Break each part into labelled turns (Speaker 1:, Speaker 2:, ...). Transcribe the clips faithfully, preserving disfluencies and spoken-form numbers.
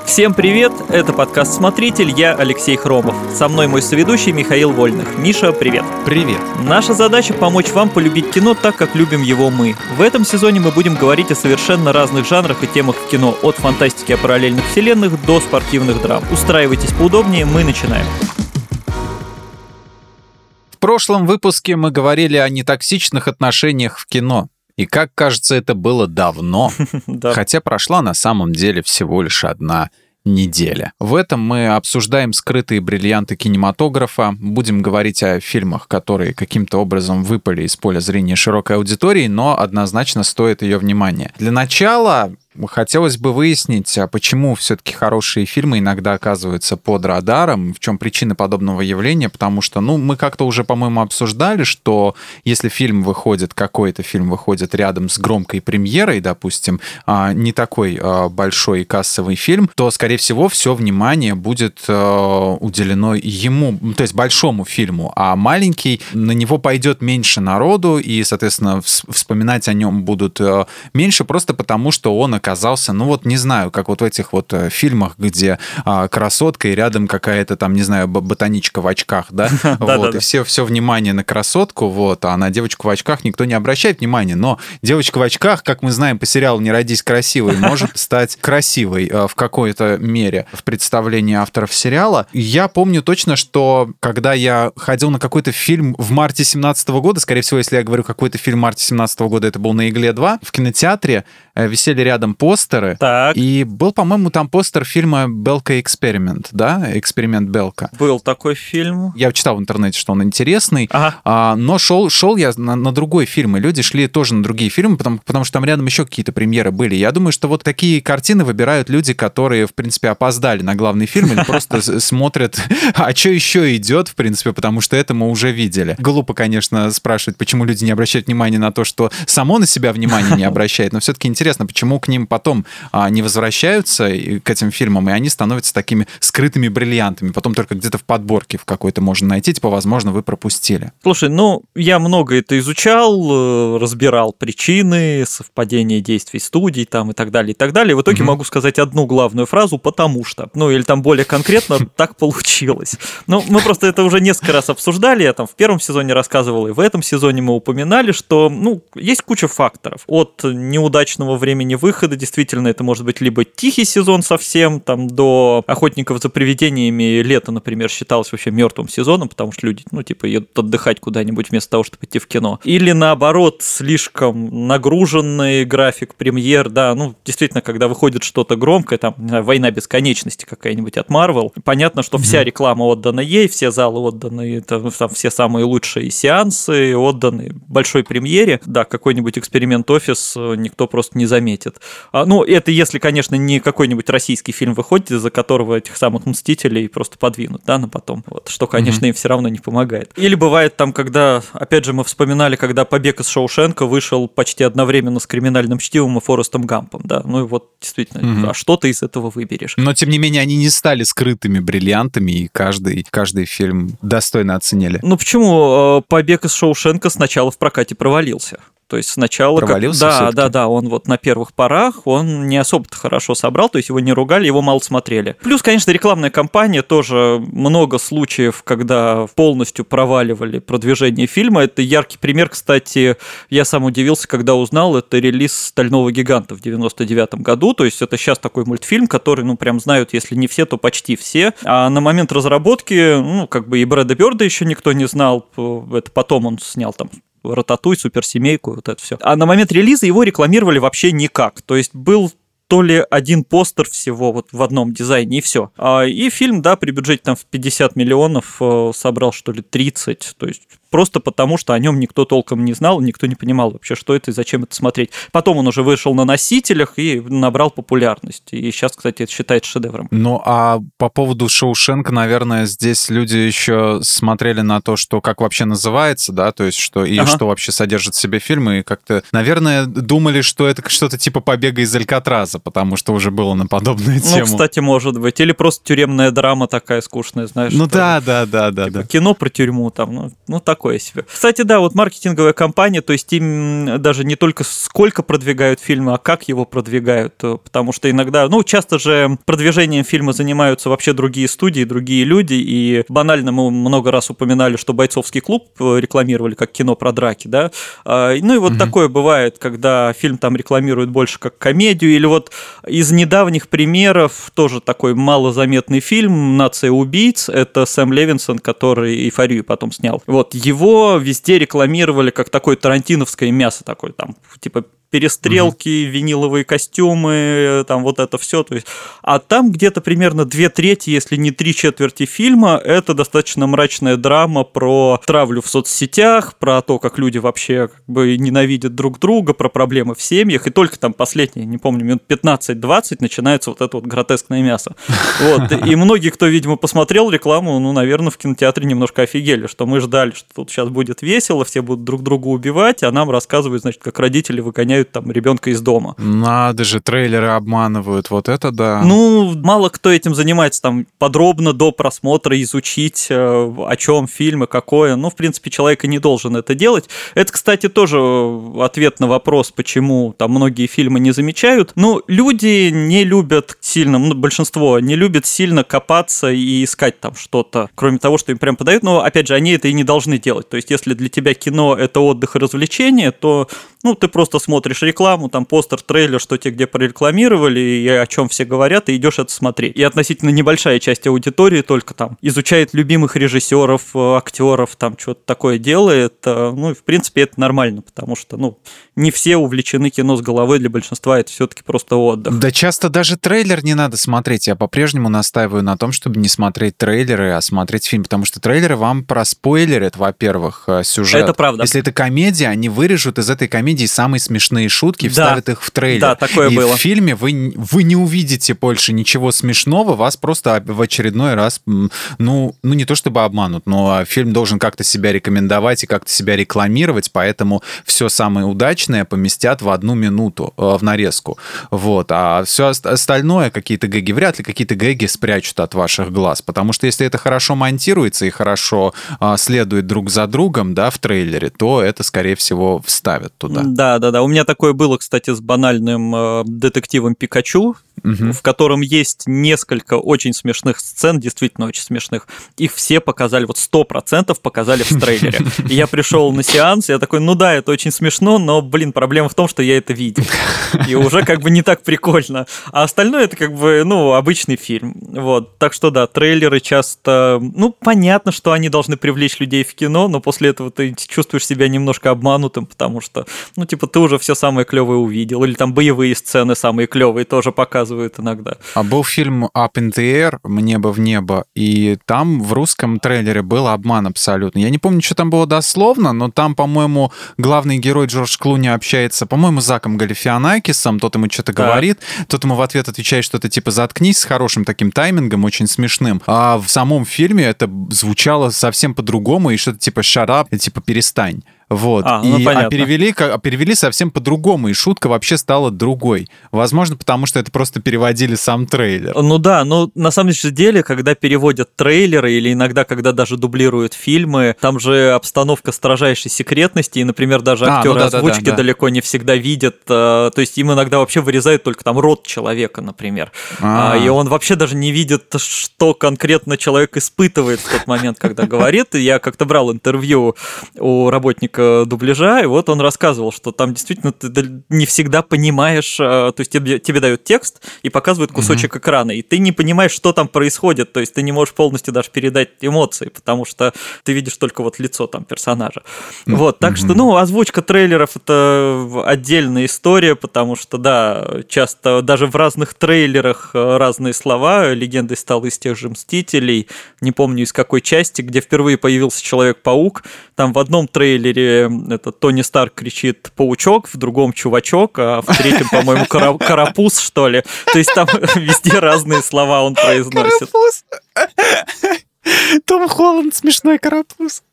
Speaker 1: Всем привет, это подкаст «Смотритель», я Алексей Хромов. Со мной мой соведущий Михаил Вольных. Миша, привет.
Speaker 2: Привет.
Speaker 1: Наша задача — помочь вам полюбить кино так, как любим его мы. В этом сезоне мы будем говорить о совершенно разных жанрах и темах в кино, от фантастики о параллельных вселенных до спортивных драм. Устраивайтесь поудобнее, мы начинаем.
Speaker 2: В прошлом выпуске мы говорили о нетоксичных отношениях в кино. И, как кажется, это было давно, хотя прошла на самом деле всего лишь одна неделя. В этом мы обсуждаем скрытые бриллианты кинематографа, будем говорить о фильмах, которые каким-то образом выпали из поля зрения широкой аудитории, но однозначно стоят ее внимания. Для начала хотелось бы выяснить, а почему все-таки хорошие фильмы иногда оказываются под радаром, в чем причина подобного явления, потому что, ну, мы как-то уже, по-моему, обсуждали, что если фильм выходит, какой-то фильм выходит рядом с громкой премьерой, допустим, не такой большой кассовый фильм, то, скорее всего, все внимание будет уделено ему, то есть большому фильму, а маленький, на него пойдет меньше народу, и, соответственно, вспоминать о нем будут меньше, просто потому что он оказался, ну вот не знаю, как вот в этих вот фильмах, где а, красотка и рядом какая-то там, не знаю, ботаничка в очках, да, вот, и все, все внимание на красотку, вот, а на девочку в очках никто не обращает внимания, но девочка в очках, как мы знаем по сериалу «Не родись красивой», может стать красивой в какой-то мере в представлении авторов сериала. Я помню точно, что когда я ходил на какой-то фильм в марте семнадцатого года, скорее всего, если я говорю какой-то фильм в марте семнадцатого года, это был «На игле два», в кинотеатре висели рядом постеры, так. И был, по-моему, там постер фильма «Белка Эксперимент», да? «Эксперимент Белка».
Speaker 1: Был такой фильм.
Speaker 2: Я читал в интернете, что он интересный,
Speaker 1: ага.
Speaker 2: а, но шел, шел я на, на другой фильм, и люди шли тоже на другие фильмы, потому, потому что там рядом еще какие-то премьеры были. Я думаю, что вот такие картины выбирают люди, которые, в принципе, опоздали на главный фильм или просто смотрят, а что еще идет, в принципе, потому что это мы уже видели. Глупо, конечно, спрашивать, почему люди не обращают внимания на то, что само на себя внимание не обращает, но все-таки интересно, почему к ним потом а, не возвращаются к этим фильмам, и они становятся такими скрытыми бриллиантами. Потом только где-то в подборке в какой-то можно найти, типа, возможно, вы пропустили.
Speaker 1: Слушай, ну, я много это изучал, разбирал причины, совпадения действий студий там и так далее, и так далее. В итоге mm-hmm. могу сказать одну главную фразу «потому что». Ну, или там более конкретно «так получилось». Ну, мы просто это уже несколько раз обсуждали, я там в первом сезоне рассказывал, и в этом сезоне мы упоминали, что, ну, есть куча факторов. От неудачного времени выхода, действительно, это может быть либо тихий сезон совсем, там, до «Охотников за привидениями» лето, например, считалось вообще мертвым сезоном, потому что люди, ну, типа, едут отдыхать куда-нибудь вместо того, чтобы идти в кино. Или, наоборот, слишком нагруженный график премьер, да, ну, действительно, когда выходит что-то громкое, там, не знаю, «Война бесконечности» какая-нибудь от Marvel, понятно, что mm-hmm. вся реклама отдана ей, все залы отданы, там, там все самые лучшие сеансы отданы большой премьере, да, какой-нибудь «Эксперимент Офис» никто просто не заметит. А, ну, это если, конечно, не какой-нибудь российский фильм выходит, из-за которого этих самых «Мстителей» просто подвинут, да, на потом, вот, что, конечно, mm-hmm. им все равно не помогает. Или бывает там, когда, опять же, мы вспоминали, когда «Побег из Шоушенка» вышел почти одновременно с «Криминальным чтивом» и «Форестом Гампом», да, ну и вот, действительно, mm-hmm. а что ты из этого выберешь?
Speaker 2: Но, тем не менее, они не стали скрытыми бриллиантами, и каждый, каждый фильм достойно оценили.
Speaker 1: Ну, почему «Побег из Шоушенка» сначала в прокате провалился? То есть сначала...
Speaker 2: Провалился
Speaker 1: как... Да,
Speaker 2: все-таки?
Speaker 1: да, да, он вот на первых порах, он не особо-то хорошо собрал, то есть его не ругали, его мало смотрели. Плюс, конечно, рекламная кампания, тоже много случаев, когда полностью проваливали продвижение фильма. Это яркий пример, кстати, я сам удивился, когда узнал, это релиз «Стального гиганта» в девяносто девятом году, то есть это сейчас такой мультфильм, который, ну, прям знают, если не все, то почти все. А на момент разработки, ну, как бы и Брэда Бёрда еще никто не знал, это потом он снял там «Рататуй», «Суперсемейку», вот это все. А на момент релиза его рекламировали вообще никак. То есть был то ли один постер всего вот в одном дизайне, и все. И фильм, да, при бюджете там в пятьдесят миллионов собрал, что ли, тридцать. То есть просто потому, что о нем никто толком не знал, никто не понимал вообще, что это и зачем это смотреть. Потом он уже вышел на носителях и набрал популярность. И сейчас, кстати, это считается шедевром.
Speaker 2: Ну, а по поводу «Шоушенка», наверное, здесь люди еще смотрели на то, что как вообще называется, да, то есть что и ага. что вообще содержит в себе фильм, и как-то, наверное, думали, что это что-то типа «Побега из Алькатраза», потому что уже было на подобную тему.
Speaker 1: Ну, кстати, может быть. Или просто тюремная драма такая скучная, знаешь.
Speaker 2: Ну да, да, да, да,
Speaker 1: типа
Speaker 2: да.
Speaker 1: Кино про тюрьму там, ну, ну такое себе. Кстати, да, вот маркетинговая компания, то есть им даже не только сколько продвигают фильмы, а как его продвигают, потому что иногда, ну, часто же продвижением фильма занимаются вообще другие студии, другие люди, и банально мы много раз упоминали, что «Бойцовский клуб» рекламировали как кино про драки, да, ну и вот угу. такое бывает, когда фильм там рекламируют больше как комедию, или вот из недавних примеров тоже такой малозаметный фильм «Нация убийц», это Сэм Левинсон, который «Эйфорию» потом снял. Вот, его везде рекламировали как такое тарантиновское мясо, такое там, типа, перестрелки, угу. виниловые костюмы, там вот это все. То есть, а там где-то примерно две трети, если не три четверти фильма, это достаточно мрачная драма про травлю в соцсетях, про то, как люди вообще как бы ненавидят друг друга, про проблемы в семьях, и только там последние, не помню, минут пятнадцать-двадцать начинается вот это вот гротескное мясо. Вот. И многие, кто, видимо, посмотрел рекламу, ну, наверное, в кинотеатре немножко офигели, что мы ждали, что тут сейчас будет весело, все будут друг друга убивать, а нам рассказывают, значит, как родители выгоняют там ребенка из дома.
Speaker 2: Надо же, трейлеры обманывают, вот это да.
Speaker 1: Ну, мало кто этим занимается, там, подробно до просмотра изучить, о чем фильм и какое. Ну, в принципе, человек и не должен это делать. Это, кстати, тоже ответ на вопрос, почему там многие фильмы не замечают. Ну, люди не любят сильно, ну, большинство не любят сильно копаться и искать там что-то, кроме того, что им прям подают. Но, опять же, они это и не должны делать. То есть, если для тебя кино — это отдых и развлечение, то, ну, ты просто смотришь рекламу, там постер, трейлер, что тебе где прорекламировали и о чем все говорят, и идешь это смотреть. И относительно небольшая часть аудитории только там изучает любимых режиссеров, актеров, там что-то такое делает. Ну, и в принципе это нормально, потому что, ну, не все увлечены кино с головой, для большинства это все-таки просто отдых.
Speaker 2: Да часто даже трейлер не надо смотреть. Я по-прежнему настаиваю на том, чтобы не смотреть трейлеры, а смотреть фильм, потому что трейлеры вам проспойлерят, во-первых, сюжет.
Speaker 1: Это правда.
Speaker 2: Если это комедия, они вырежут из этой комедии самые смешные шутки и
Speaker 1: да.
Speaker 2: вставят их в трейлер.
Speaker 1: Да, такое
Speaker 2: и
Speaker 1: было.
Speaker 2: в фильме вы, вы не увидите больше ничего смешного, вас просто в очередной раз, ну, ну не то чтобы обманут, но фильм должен как-то себя рекомендовать и как-то себя рекламировать, поэтому все самое удачное поместят в одну минуту э, в нарезку. Вот. А все остальное, какие-то гэги, вряд ли какие-то гэги спрячут от ваших глаз, потому что если это хорошо монтируется и хорошо э, следует друг за другом, да, в трейлере, то это, скорее всего, вставят туда.
Speaker 1: Да, да, да. У меня такое было, кстати, с банальным э, детективом Пикачу, угу. в котором есть несколько очень смешных сцен, действительно очень смешных. Их все показали, вот сто процентов показали в трейлере. И я пришел на сеанс, я такой, ну да, это очень смешно, но, блин, проблема в том, что я это видел. И уже как бы не так прикольно. А остальное это как бы, ну, обычный фильм. Вот. Так что да, трейлеры часто... Ну, понятно, что они должны привлечь людей в кино, но после этого ты чувствуешь себя немножко обманутым, потому что, ну, типа, ты уже все самое клевое увидел. Или там боевые сцены самые клевые тоже показывают иногда.
Speaker 2: А был фильм Up in the Air, «Небо в небо», и там в русском трейлере был обман абсолютно. Я не помню, что там было дословно, но там, по-моему, главный герой Джордж Клуни общается, по-моему, с Заком Галифианакисом, тот ему что-то да. говорит, тот ему в ответ отвечает что-то типа «заткнись», с хорошим таким таймингом, очень смешным. А в самом фильме это звучало совсем по-другому, и что-то типа «shut up», типа «перестань». Вот.
Speaker 1: А, ну,
Speaker 2: и,
Speaker 1: понятно.
Speaker 2: а, перевели, а перевели совсем по-другому, и шутка вообще стала другой. Возможно, потому что это просто переводили сам трейлер.
Speaker 1: Ну да, но на самом деле, когда переводят трейлеры или иногда, когда даже дублируют фильмы, там же обстановка строжайшей секретности, и, например, даже актеры а, ну да, озвучки да, да, да. далеко не всегда видят, то есть им иногда вообще вырезают только там рот человека, например, А-а-а. и он вообще даже не видит, что конкретно человек испытывает в тот момент, когда говорит. И я как-то брал интервью у работника дубляжа, и вот он рассказывал, что там действительно ты не всегда понимаешь, то есть тебе, тебе дают текст и показывают кусочек mm-hmm. экрана, и ты не понимаешь, что там происходит, то есть ты не можешь полностью даже передать эмоции, потому что ты видишь только вот лицо там персонажа. Mm-hmm. Вот, так что, ну, озвучка трейлеров — это отдельная история, потому что, да, часто даже в разных трейлерах разные слова. Легендой стал из тех же «Мстителей», не помню из какой части, где впервые появился Человек-паук, там в одном трейлере это Тони Старк кричит «паучок», в другом «чувачок», а в третьем, по-моему, «карапуз», что ли. То есть там везде разные слова он произносит.
Speaker 2: Карапуз. Том Холланд смешной карапуз.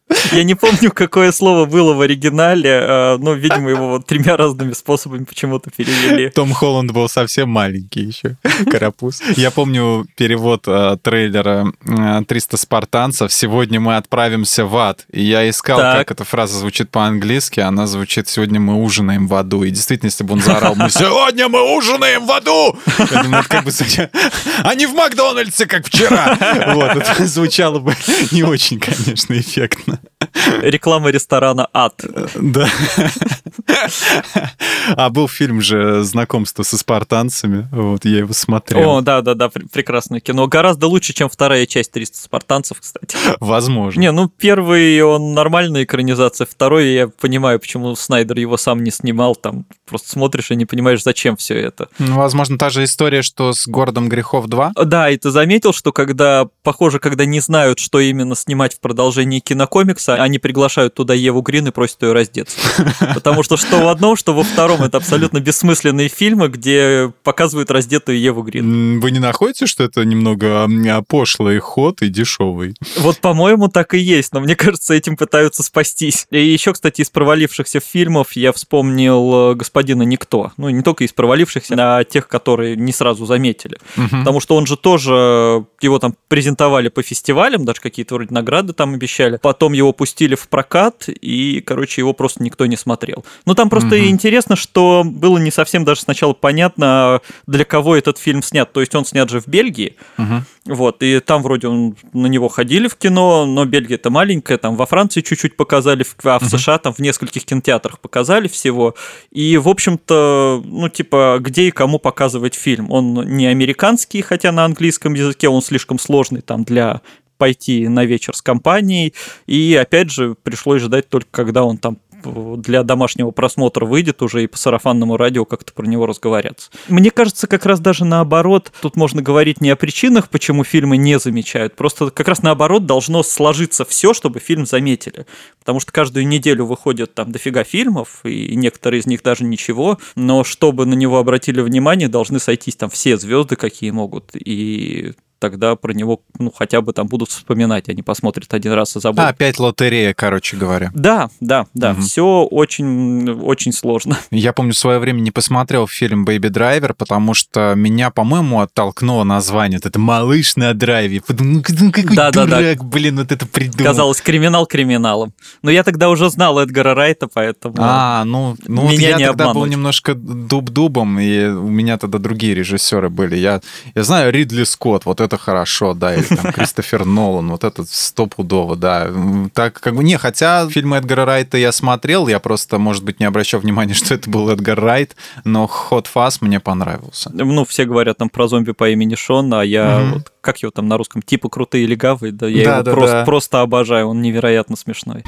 Speaker 1: Я не помню, какое слово было в оригинале, но, видимо, его вот тремя разными способами почему-то перевели.
Speaker 2: Том Холланд был совсем маленький еще, карапуз. Я помню перевод э, трейлера «триста спартанцев». «Сегодня мы отправимся в ад». И я искал, так. как эта фраза звучит по-английски. Она звучит «сегодня мы ужинаем в аду». И действительно, если бы он заорал «мы сегодня мы ужинаем в аду», я думаю, это как бы... А не в Макдональдсе, как вчера. Вот, это звучало бы не очень, конечно, эффектно.
Speaker 1: Реклама ресторана «Ад».
Speaker 2: Да. А был фильм же «Знакомство со спартанцами». Вот, я его смотрел.
Speaker 1: О, да-да-да, прекрасное кино. Гораздо лучше, чем вторая часть «триста спартанцев», кстати.
Speaker 2: Возможно.
Speaker 1: Не, ну, первый, он нормальная экранизация. Второй, я понимаю, почему Снайдер его сам не снимал. Там просто смотришь и не понимаешь, зачем все это.
Speaker 2: Ну, возможно, та же история, что с «Городом грехов два».
Speaker 1: Да, и ты заметил, что когда, похоже, когда не знают, что именно снимать в продолжении кинокомикса, они приглашают туда Еву Грин и просят ее раздеться. Потому что что в одном, что во втором это абсолютно бессмысленные фильмы, где показывают раздетую Еву Грин.
Speaker 2: Вы не находите, что это немного пошлый ход и дешевый?
Speaker 1: Вот, по-моему, так и есть, но мне кажется, этим пытаются спастись. И еще, кстати, из провалившихся фильмов я вспомнил «Господина Никто». Ну, не только из провалившихся, а тех, которые не сразу заметили. Угу. Потому что он же тоже, его там презентовали по фестивалям, даже какие-то вроде награды там обещали. Потом его пустили в прокат, и, короче, его просто никто не смотрел. Ну, там просто mm-hmm. интересно, что было не совсем даже сначала понятно, для кого этот фильм снят. То есть он снят же в Бельгии, mm-hmm. вот, и там вроде он, на него ходили в кино, но Бельгия-то маленькая, там во Франции чуть-чуть показали, а в mm-hmm. США там в нескольких кинотеатрах показали всего. И, в общем-то, ну, типа, где и кому показывать фильм? Он не американский, хотя на английском языке он слишком сложный там для... пойти на вечер с компанией, и опять же пришлось ждать только когда он там для домашнего просмотра выйдет уже и по сарафанному радио как-то про него разговорятся. Мне кажется, как раз даже наоборот, тут можно говорить не о причинах, почему фильмы не замечают, просто как раз наоборот должно сложиться все, чтобы фильм заметили, потому что каждую неделю выходит там дофига фильмов, и некоторые из них даже ничего, но чтобы на него обратили внимание, должны сойтись там все звезды, какие могут, и тогда про него, ну, хотя бы там будут вспоминать, они посмотрят один раз и забудут.
Speaker 2: А, опять лотерея, короче говоря.
Speaker 1: Да, да, да, угу. Все очень, очень сложно.
Speaker 2: Я помню, в свое время не посмотрел фильм «Бэйби Драйвер», потому что меня, по-моему, оттолкнуло название. Вот это «Малыш на драйве». Ну, какой да, дурак, да, да. Блин, вот это придумал.
Speaker 1: Казалось, криминал криминалом. Но я тогда уже знал Эдгара Райта, поэтому
Speaker 2: а, ну, ну
Speaker 1: меня
Speaker 2: вот
Speaker 1: не
Speaker 2: я тогда
Speaker 1: обмануть.
Speaker 2: Был немножко дуб-дубом, и у меня тогда другие режиссеры были. Я, я знаю Ридли Скотт, вот это хорошо, да, или там Кристофер Нолан, вот этот стопудово, да. Так, как бы, не, хотя фильмы Эдгара Райта я смотрел, я просто, может быть, не обращал внимания, что это был Эдгар Райт, но Hot Fuzz мне понравился.
Speaker 1: Ну, все говорят там про зомби по имени Шон, а я, mm-hmm. вот, как его там на русском, типа крутые легавые, да, я да, его да, просто, да. просто обожаю, он невероятно смешной.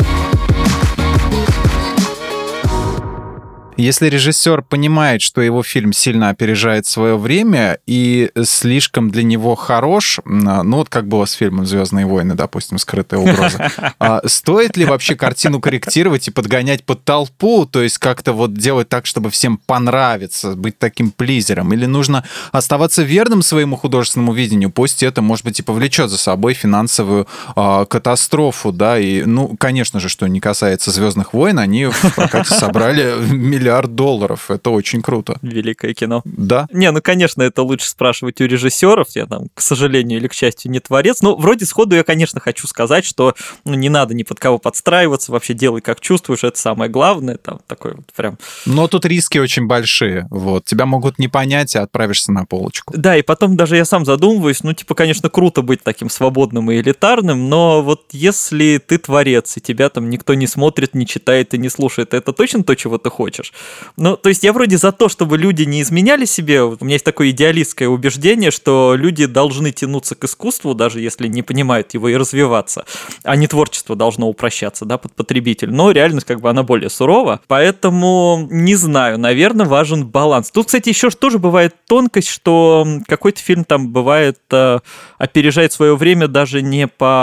Speaker 2: Если режиссер понимает, что его фильм сильно опережает свое время и слишком для него хорош, ну вот как было с фильмом «Звездные войны», допустим, «Скрытая угроза», стоит ли вообще картину корректировать и подгонять под толпу, то есть как-то вот делать так, чтобы всем понравиться, быть таким плизером, или нужно оставаться верным своему художественному видению, пусть это, может быть, и повлечет за собой финансовую э, катастрофу, да, и, ну, конечно же, что не касается «Звездных войн», они в прокате собрали миллиард долларов. Это очень круто.
Speaker 1: Великое кино.
Speaker 2: Да.
Speaker 1: Не, ну, конечно, это лучше спрашивать у режиссеров. Я там, к сожалению или к счастью, не творец. Но вроде сходу я, конечно, хочу сказать, что ну, не надо ни под кого подстраиваться. Вообще делай, как чувствуешь. Это самое главное. Там такой вот прям...
Speaker 2: Но тут риски очень большие. Вот. Тебя могут не понять, и отправишься на полочку.
Speaker 1: Да, и потом даже я сам задумываюсь. Ну, типа, конечно, круто быть таким свободным и элитарным, но вот если ты творец, и тебя там никто не смотрит, не читает и не слушает, это точно то, чего ты хочешь? Ну, то есть я вроде за то, чтобы люди не изменяли себе. У меня есть такое идеалистское убеждение, что люди должны тянуться к искусству, даже если не понимают его, и развиваться, а не творчество должно упрощаться, да, под потребитель. Но реальность, как бы, она более сурова. Поэтому, не знаю, наверное, важен баланс. Тут, кстати, еще тоже бывает тонкость, что какой-то фильм там бывает, опережает свое время даже не по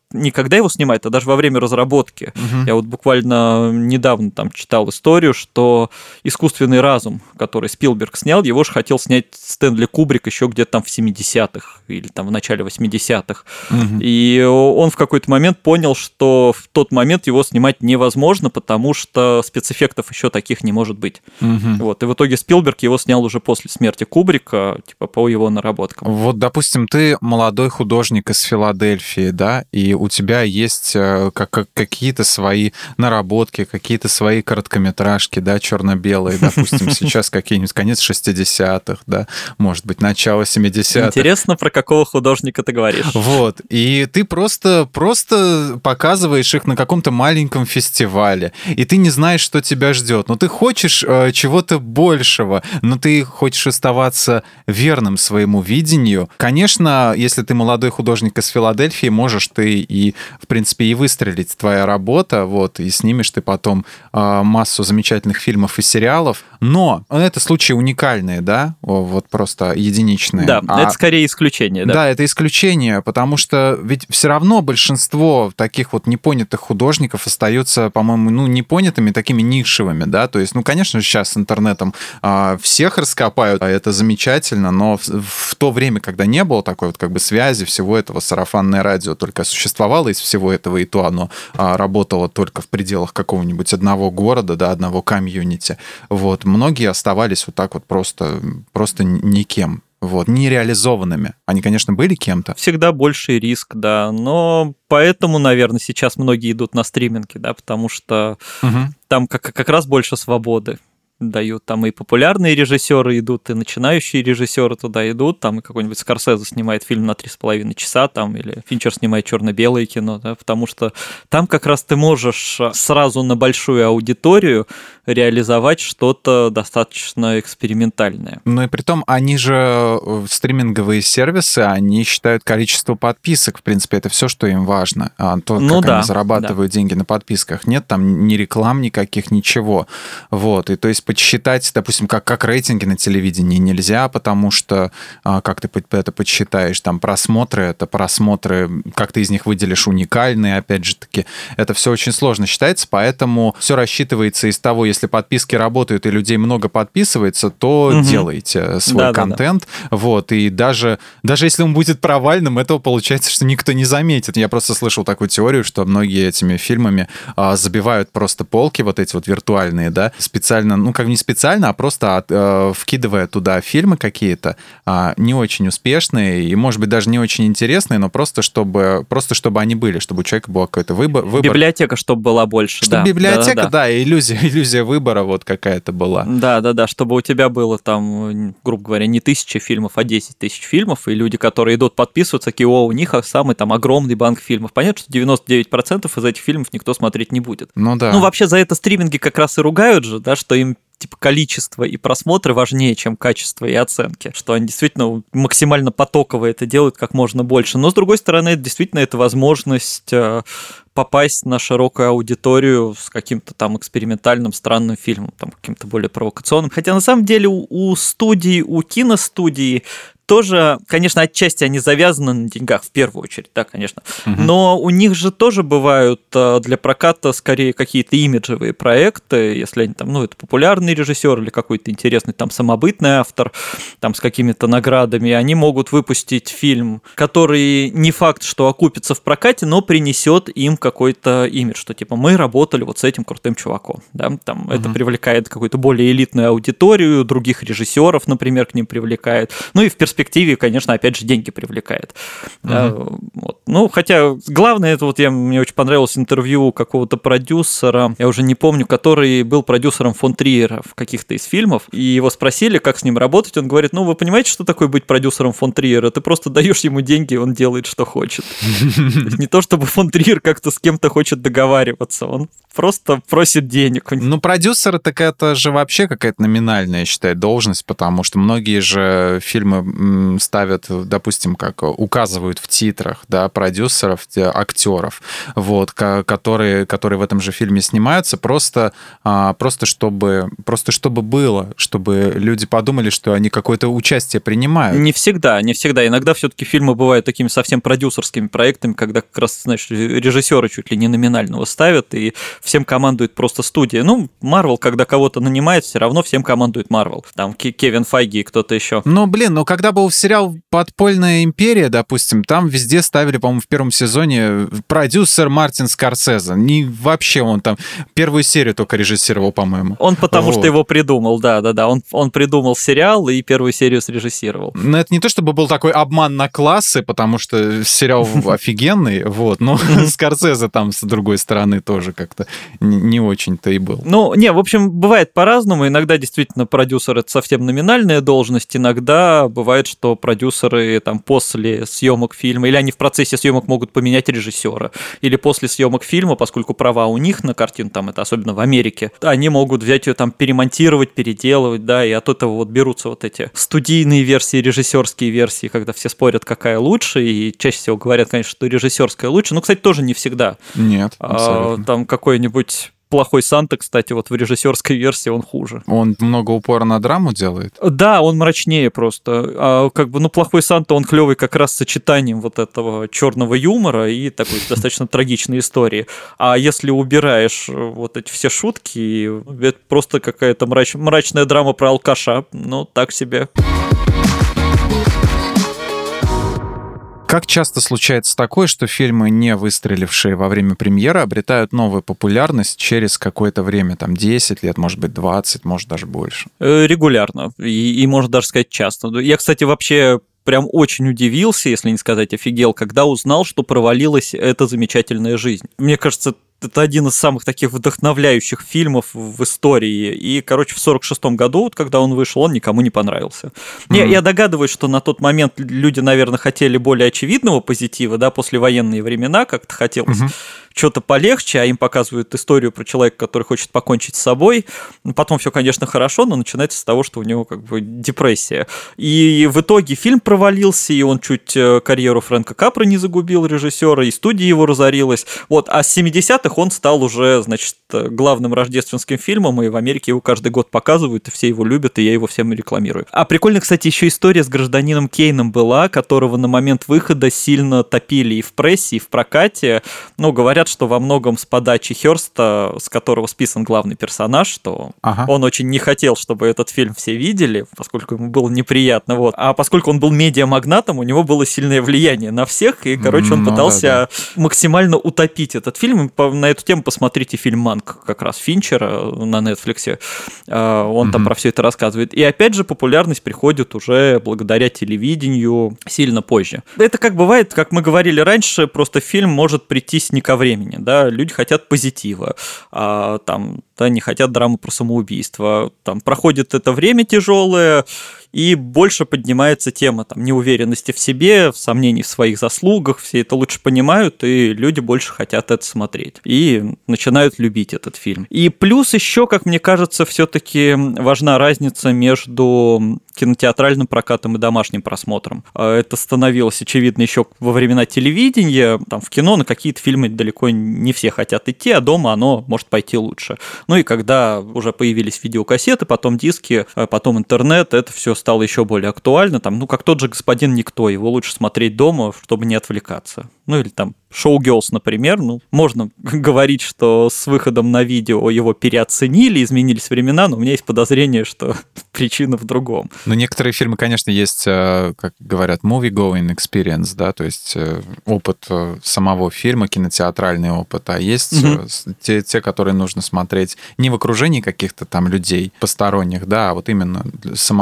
Speaker 1: не когда его снимают, а даже во время разработки.
Speaker 2: Угу.
Speaker 1: Я вот буквально недавно там читал историю, что «Искусственный разум», который Спилберг снял, его же хотел снять Стэнли Кубрик еще где-то там в семидесятых или там в начале восьмидесятых. Угу. И он в какой-то момент понял, что в тот момент его снимать невозможно, потому что спецэффектов еще таких не может быть. Угу. Вот. И в итоге Спилберг его снял уже после смерти Кубрика, типа по его наработкам.
Speaker 2: Вот, допустим, ты молодой художник из Филадельфии, да, и у тебя есть как, какие-то свои наработки, какие-то свои короткометражки, да, черно-белые, допустим, сейчас какие-нибудь конец шестидесятых, да, может быть, начало семидесятых.
Speaker 1: Интересно, про какого художника ты говоришь.
Speaker 2: Вот, и ты просто, просто показываешь их на каком-то маленьком фестивале, и ты не знаешь, что тебя ждет, но ты хочешь э, чего-то большего, но ты хочешь оставаться верным своему видению. Конечно, если ты молодой художник из Филадельфии, можешь ты и, в принципе, и выстрелить твоя работа, вот, и снимешь ты потом э, массу замечательных фильмов и сериалов, но это случаи уникальные, да, вот просто единичные.
Speaker 1: Да,
Speaker 2: а,
Speaker 1: это скорее исключение, да.
Speaker 2: Да, это исключение, потому что ведь все равно большинство таких вот непонятых художников остаются, по-моему, ну, непонятыми, такими нишевыми, да, то есть, ну, конечно, сейчас с интернетом э, всех раскопают, а это замечательно, но в, в то время, когда не было такой вот как бы связи, всего этого, сарафанное радио только существовало из всего этого, и то оно а, работало только в пределах какого-нибудь одного города, да, одного комьюнити. Вот. Многие оставались вот так вот просто, просто никем. Вот, нереализованными. Они, конечно, были кем-то.
Speaker 1: Всегда больший риск, да, но поэтому, наверное, сейчас многие идут на стриминги, да, потому что угу. там как, как раз больше свободы дают. Там и популярные режиссеры идут, и начинающие режиссеры туда идут. Там и какой-нибудь Скорсезе снимает фильм на три с половиной часа, там, или Финчер снимает черно-белое кино, да, потому что там как раз ты можешь сразу на большую аудиторию реализовать что-то достаточно экспериментальное.
Speaker 2: Ну и притом они же, стриминговые сервисы, они считают количество подписок, в принципе, это все, что им важно. То, как ну, да, они зарабатывают да. деньги на подписках. Нет там ни реклам никаких, ничего. Вот, и то есть подсчитать, допустим, как, как рейтинги на телевидении нельзя, потому что как ты это подсчитаешь, там просмотры, это просмотры, как ты из них выделишь уникальные, опять же таки, это все очень сложно считается, поэтому все рассчитывается из того, если подписки работают и людей много подписывается, то угу. делайте свой да, контент, да, да. вот, и даже, даже если он будет провальным, этого получается, что никто не заметит. Я просто слышал такую теорию, что многие этими фильмами а, забивают просто полки, вот эти вот виртуальные, да, специально, ну, как не специально, а просто от, э, вкидывая туда фильмы какие-то э, не очень успешные и, может быть, даже не очень интересные, но просто чтобы, просто чтобы они были, чтобы у человека был какой-то выбор. выбор.
Speaker 1: Библиотека, чтобы была больше,
Speaker 2: чтобы
Speaker 1: да.
Speaker 2: библиотека, да, да, да. да, иллюзия, иллюзия выбора вот какая-то была.
Speaker 1: Да-да-да, чтобы у тебя было там, грубо говоря, не тысяча фильмов, а десять тысяч фильмов, и люди, которые идут подписываться, такие, о, у них самый там огромный банк фильмов. Понятно, что девяносто девять процентов из этих фильмов никто смотреть не будет.
Speaker 2: Ну да.
Speaker 1: Ну вообще за это стриминги как раз и ругают же, да, что им типа количество и просмотры важнее, чем качество и оценки, что они действительно максимально потоково это делают как можно больше. Но, с другой стороны, это действительно это возможность попасть на широкую аудиторию с каким-то там экспериментальным, странным фильмом, там каким-то более провокационным. Хотя на самом деле у, у студий, у киностудий тоже, конечно, отчасти они завязаны на деньгах, в первую очередь, да, конечно, угу. но у них же тоже бывают для проката скорее какие-то имиджевые проекты, если они там, ну, это популярный режиссер или какой-то интересный там самобытный автор, там с какими-то наградами, они могут выпустить фильм, который не факт, что окупится в прокате, но принесет им какой-то имидж, что типа мы работали вот с этим крутым чуваком, да, там угу. это привлекает какую-то более элитную аудиторию, других режиссеров, например, к ним привлекает, ну и в перспективе перспективе, конечно, опять же, деньги привлекает. Uh-huh. Вот. Ну, хотя главное, это вот я, мне очень понравилось интервью какого-то продюсера, я уже не помню, который был продюсером фон Триера в каких-то из фильмов, и его спросили, как с ним работать, он говорит, ну, вы понимаете, что такое быть продюсером фон Триера? Ты просто даешь ему деньги, и он делает, что хочет. Не то, чтобы фон Триер как-то с кем-то хочет договариваться, он просто просит денег.
Speaker 2: Ну, продюсер, так это же вообще какая-то номинальная, я считаю, должность, потому что многие же фильмы ставят, допустим, как указывают в титрах, да, продюсеров, актеров, вот, которые, которые в этом же фильме снимаются, просто, просто, чтобы, просто чтобы было, чтобы люди подумали, что они какое-то участие принимают.
Speaker 1: Не всегда, не всегда. Иногда все-таки фильмы бывают такими совсем продюсерскими проектами, когда как раз, знаешь, режиссера чуть ли не номинального ставят, и всем командует просто студия. Ну, Marvel, когда кого-то нанимает, все равно всем командует Marvel. Там Кевин Файги и кто-то еще.
Speaker 2: Ну, блин, ну когда был сериал «Подпольная империя», допустим, там везде ставили, по-моему, в первом сезоне продюсер Мартин Скорсезе. Не вообще он там первую серию только режиссировал, по-моему.
Speaker 1: Он потому вот. что его придумал, да-да-да. Он, он придумал сериал и первую серию срежиссировал.
Speaker 2: Ну, это не то, чтобы был такой обман на классы, потому что сериал офигенный, вот, но Скорсезе там с другой стороны тоже как-то не очень-то и был.
Speaker 1: Ну, не, в общем, бывает по-разному. Иногда действительно продюсер — это совсем номинальная должность. Иногда бывает, что продюсеры там после съемок фильма, или они в процессе съемок могут поменять режиссера, или после съемок фильма, поскольку права у них на картину, там это особенно в Америке, они могут взять ее там, перемонтировать, переделывать, да, и от этого вот берутся вот эти студийные версии, режиссерские версии, когда все спорят, какая лучше, и чаще всего говорят, конечно, что режиссерская лучше, но, кстати, тоже не всегда.
Speaker 2: Нет,
Speaker 1: абсолютно. А, там какой-нибудь плохой Санта, кстати, вот в режиссерской версии он хуже.
Speaker 2: Он много упора на драму делает?
Speaker 1: Да, он мрачнее просто. А, как бы, ну, плохой Санта, он клевый как раз сочетанием вот этого черного юмора и такой достаточно трагичной истории. А если убираешь вот эти все шутки, это просто какая-то мрач... мрачная драма про алкаша, ну, так себе.
Speaker 2: Как часто случается такое, что фильмы, не выстрелившие во время премьеры, обретают новую популярность через какое-то время, там, десять лет, может быть, двадцать, может, даже больше?
Speaker 1: Регулярно. И, и можно даже сказать, часто. Я, кстати, вообще прям очень удивился, если не сказать офигел, когда узнал, что провалилась эта замечательная жизнь. Мне кажется, это один из самых таких вдохновляющих фильмов в истории. И, короче, в сорок шестом году, вот, когда он вышел, он никому не понравился. Mm-hmm. Я, я догадываюсь, что на тот момент люди, наверное, хотели более очевидного позитива, да, послевоенные времена как-то хотелось mm-hmm. что-то полегче, а им показывают историю про человека, который хочет покончить с собой. Потом все, конечно, хорошо, но начинается с того, что у него как бы депрессия. И в итоге фильм провалился, и он чуть карьеру Фрэнка Капра не загубил, режиссера, и студия его разорилась. Вот. А с семидесятых он стал уже, значит, главным рождественским фильмом, и в Америке его каждый год показывают, и все его любят, и я его всем рекламирую. А прикольно, кстати, еще история с гражданином Кейном была, которого на момент выхода сильно топили и в прессе, и в прокате. Ну, говорят, что во многом с подачи Хёрста, с которого списан главный персонаж, что ага. он очень не хотел, чтобы этот фильм все видели, поскольку ему было неприятно. Вот. А поскольку он был медиамагнатом, у него было сильное влияние на всех, и, короче, он ну, пытался да, да. максимально утопить этот фильм. На эту тему посмотрите фильм «Манк», как раз Финчера на Netflix. Он mm-hmm. там про все это рассказывает. И опять же, популярность приходит уже благодаря телевидению сильно позже. Это как бывает, как мы говорили раньше, просто фильм может прийтись не ко времени. Да? Люди хотят позитива, а, там, да, не хотят драмы про самоубийство. Там проходит это время тяжелое, и больше поднимается тема там, неуверенности в себе, сомнений в своих заслугах, все это лучше понимают, и люди больше хотят это смотреть. И начинают любить этот фильм. И плюс еще, как мне кажется, все-таки важна разница между кинотеатральным прокатом и домашним просмотром. Это становилось очевидно еще во времена телевидения. Там в кино на какие-то фильмы далеко не все хотят идти, а дома оно может пойти лучше. Ну и когда уже появились видеокассеты, потом диски, потом интернет, это все стало еще более актуально. Там, ну, как тот же «Господин Никто», его лучше смотреть дома, чтобы не отвлекаться. Ну, или там «Шоу-герлс», например. Ну, можно говорить, что с выходом на видео его переоценили, изменились времена, но у меня есть подозрение, что причина в другом.
Speaker 2: Ну, некоторые фильмы, конечно, есть, как говорят, movie-going experience, да, то есть опыт самого фильма, кинотеатральный опыт, а есть mm-hmm. те, те, которые нужно смотреть не в окружении каких-то там людей посторонних, да, а вот именно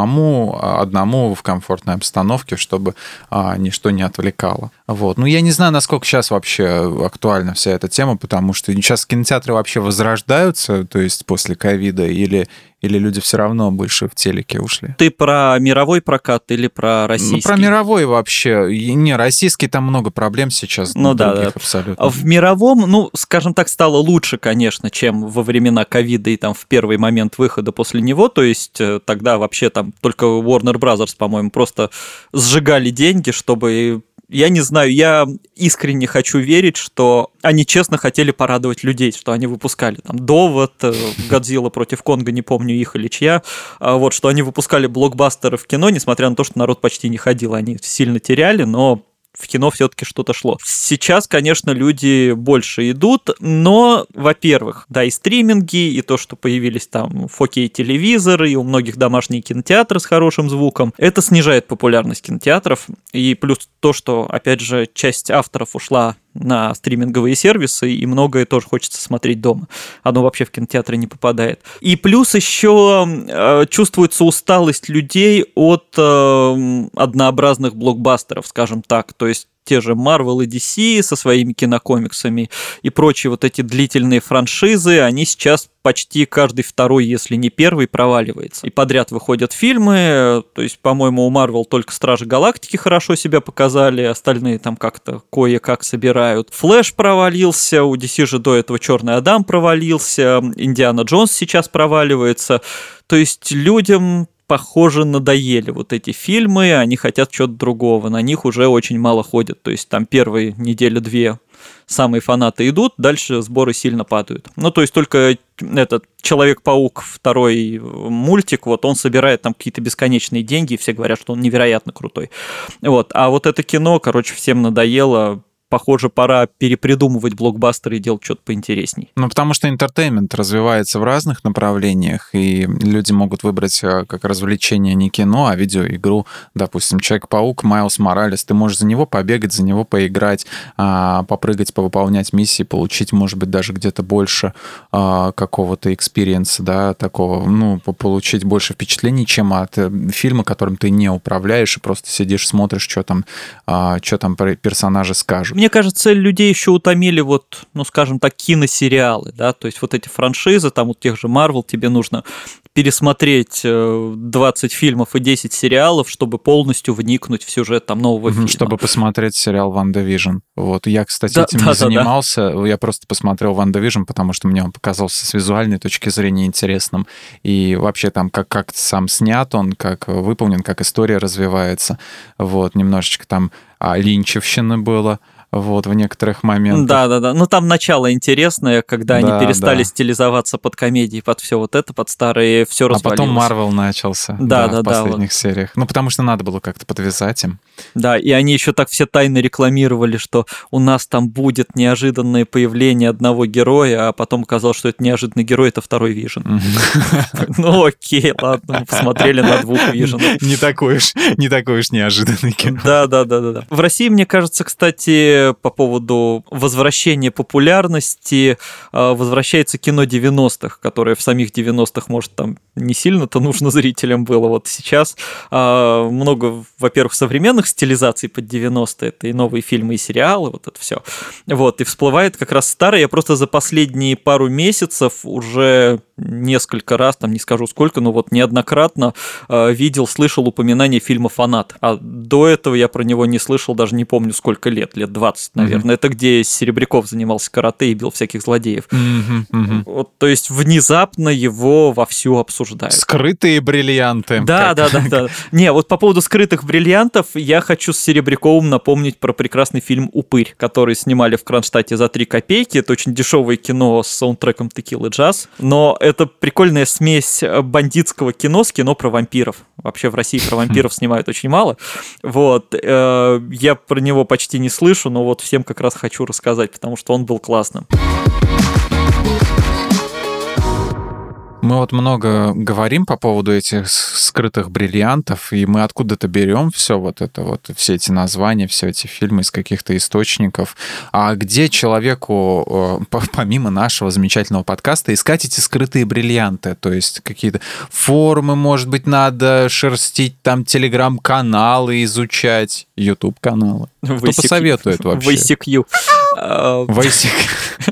Speaker 2: самому одному в комфортной обстановке, чтобы а, ничто не отвлекало. Вот. Ну, я не знаю, насколько сейчас вообще актуальна вся эта тема, потому что сейчас кинотеатры вообще возрождаются, то есть после ковида, или, или люди все равно больше в телеке ушли?
Speaker 1: Ты про мировой прокат или про российский?
Speaker 2: Ну, про мировой вообще. Не, российский, там много проблем сейчас.
Speaker 1: Ну да, да.
Speaker 2: Абсолютно.
Speaker 1: В мировом, ну, скажем так, стало лучше, конечно, чем во времена ковида и там в первый момент выхода после него, то есть тогда вообще там только Warner Brothers, по-моему, просто сжигали деньги, чтобы... Я не знаю, я искренне хочу верить, что они честно хотели порадовать людей, что они выпускали там «Довод», «Годзилла против Конга», не помню их или чья, вот, что они выпускали блокбастеры в кино, несмотря на то, что народ почти не ходил, они сильно теряли, но в кино все-таки что-то шло. Сейчас, конечно, люди больше идут, но, во-первых, да, и стриминги, и то, что появились там фор кей-телевизоры, и у многих домашние кинотеатры с хорошим звуком, это снижает популярность кинотеатров, и плюс то, что, опять же, часть авторов ушла на стриминговые сервисы, и многое тоже хочется смотреть дома. Оно вообще в кинотеатры не попадает. И плюс еще э, чувствуется усталость людей от э, однообразных блокбастеров, скажем так. То есть те же Marvel и ди си со своими кинокомиксами и прочие вот эти длительные франшизы, они сейчас почти каждый второй, если не первый, проваливается. И подряд выходят фильмы, то есть, по-моему, у Marvel только Стражи Галактики хорошо себя показали, остальные там как-то кое-как собирают. Флэш провалился, у ди си же до этого Черный Адам провалился, Индиана Джонс сейчас проваливается. То есть людям... похоже, надоели вот эти фильмы, они хотят чего-то другого, на них уже очень мало ходят, то есть там первые неделю-две самые фанаты идут, дальше сборы сильно падают. Ну, то есть только этот Человек-паук, второй мультик, вот он собирает там какие-то бесконечные деньги, и все говорят, что он невероятно крутой. Вот. А вот это кино, короче, всем надоело. Похоже, пора перепридумывать блокбастеры и делать что-то поинтересней.
Speaker 2: Ну, потому что интертеймент развивается в разных направлениях, и люди могут выбрать как развлечение не кино, а видеоигру. Допустим, Человек-паук, Майлз Моралес, ты можешь за него побегать, за него поиграть, попрыгать, повыполнять миссии, получить, может быть, даже где-то больше какого-то экспириенса, да, такого, ну, получить больше впечатлений, чем от фильма, которым ты не управляешь, и просто сидишь, смотришь, что там, что там персонажи скажут.
Speaker 1: Мне кажется, цель людей еще утомили вот, ну, скажем так, киносериалы, да, то есть вот эти франшизы, там вот тех же Marvel, тебе нужно пересмотреть двадцать фильмов и десять сериалов, чтобы полностью вникнуть в сюжет там нового фильма.
Speaker 2: Чтобы посмотреть сериал «Ванда Вижн». Вот, я, кстати,
Speaker 1: да,
Speaker 2: этим
Speaker 1: да,
Speaker 2: не
Speaker 1: да,
Speaker 2: занимался,
Speaker 1: да.
Speaker 2: Я просто посмотрел «Ванда Вижн», потому что мне он показался с визуальной точки зрения интересным, и вообще там как, как сам снят он, как выполнен, как история развивается, вот, немножечко там а, линчевщины было, вот, в некоторых моментах.
Speaker 1: Да-да-да, ну там начало интересное, когда да, они перестали да. стилизоваться под комедии, под все вот это, под старые, все развалилось.
Speaker 2: А потом Марвел начался да, да, да, в последних вот. сериях. Ну, потому что надо было как-то подвязать им.
Speaker 1: Да, и они еще так все тайно рекламировали, что у нас там будет неожиданное появление одного героя, а потом оказалось, что это неожиданный герой, это второй Вижн. Ну окей, ладно, мы посмотрели на двух Вижнов.
Speaker 2: Не такой уж, не такой уж неожиданный герой.
Speaker 1: Да-да-да. В России, мне кажется, кстати, по поводу возвращения популярности, возвращается кино девяностых, которое в самих девяностых, может, там не сильно-то нужно зрителям было. Вот сейчас много, во-первых, современных стилизаций под девяностые, это и новые фильмы, и сериалы, вот это все. Вот, и всплывает как раз старое. Я просто за последние пару месяцев уже несколько раз, там не скажу сколько, но вот неоднократно видел, слышал упоминание фильма «Фанат». А до этого я про него не слышал, даже не помню сколько лет, лет двадцать, наверное. Mm-hmm. Это где Серебряков занимался карате и бил всяких злодеев.
Speaker 2: Mm-hmm. Mm-hmm.
Speaker 1: Вот, то есть внезапно его вовсю обсуждают.
Speaker 2: Скрытые бриллианты.
Speaker 1: Да, да, да, да. Не, вот по поводу скрытых бриллиантов я хочу с Серебряковым напомнить про прекрасный фильм «Упырь», который снимали в Кронштадте за три копейки. Это очень дешевое кино с саундтреком «Текилы Джаз», но это прикольная смесь бандитского кино с кино про вампиров. Вообще в России про вампиров снимают очень мало. Вот. Я про него почти не слышу, но вот всем как раз хочу рассказать, потому что он был классным.
Speaker 2: Мы вот много говорим по поводу этих скрытых бриллиантов, и мы откуда-то берем все вот это вот, все эти названия, все эти фильмы из каких-то источников. А где человеку, помимо нашего замечательного подкаста, искать эти скрытые бриллианты? То есть какие-то форумы, может быть, надо шерстить, там телеграм-каналы изучать, ютуб-каналы. Кто посоветует вообще?
Speaker 1: ви си кью.
Speaker 2: ви си кью.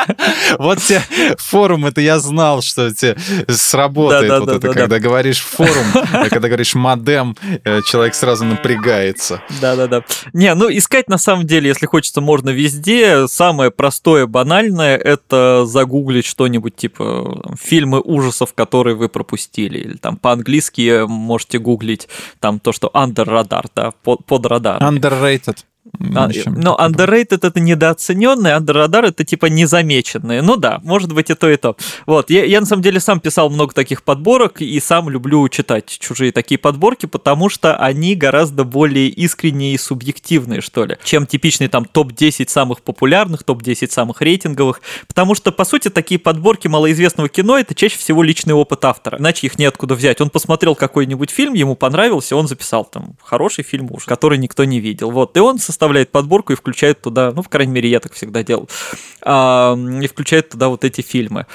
Speaker 2: Вот те форум, это я знал, что тебе сработает.
Speaker 1: Да, да,
Speaker 2: вот
Speaker 1: да,
Speaker 2: это,
Speaker 1: да,
Speaker 2: когда
Speaker 1: да.
Speaker 2: говоришь форум, а когда говоришь модем, человек сразу напрягается.
Speaker 1: Да-да-да. Не, ну искать на самом деле, если хочется, можно везде. Самое простое, банальное — это загуглить что-нибудь типа там, фильмы ужасов, которые вы пропустили. Или там по-английски можете гуглить там то, что under radar, да, под, под радар.
Speaker 2: Underrated.
Speaker 1: А, но underrated — это недооцененные, under radar — это типа незамеченные. Ну да, может быть и то, и то. Вот, я, я на самом деле сам писал много таких подборок и сам люблю читать чужие такие подборки, потому что они гораздо более искренние и субъективные, что ли, чем типичный там топ десять самых популярных, топ десять самых рейтинговых. Потому что, по сути, такие подборки малоизвестного кино — это чаще всего личный опыт автора. Иначе их неоткуда взять. Он посмотрел какой-нибудь фильм, ему понравился, он записал там хороший фильм уж, который никто не видел. Вот, и он составляет подборку и включает туда, ну, по крайней мере, я так всегда делал, а, и включает туда вот эти фильмы.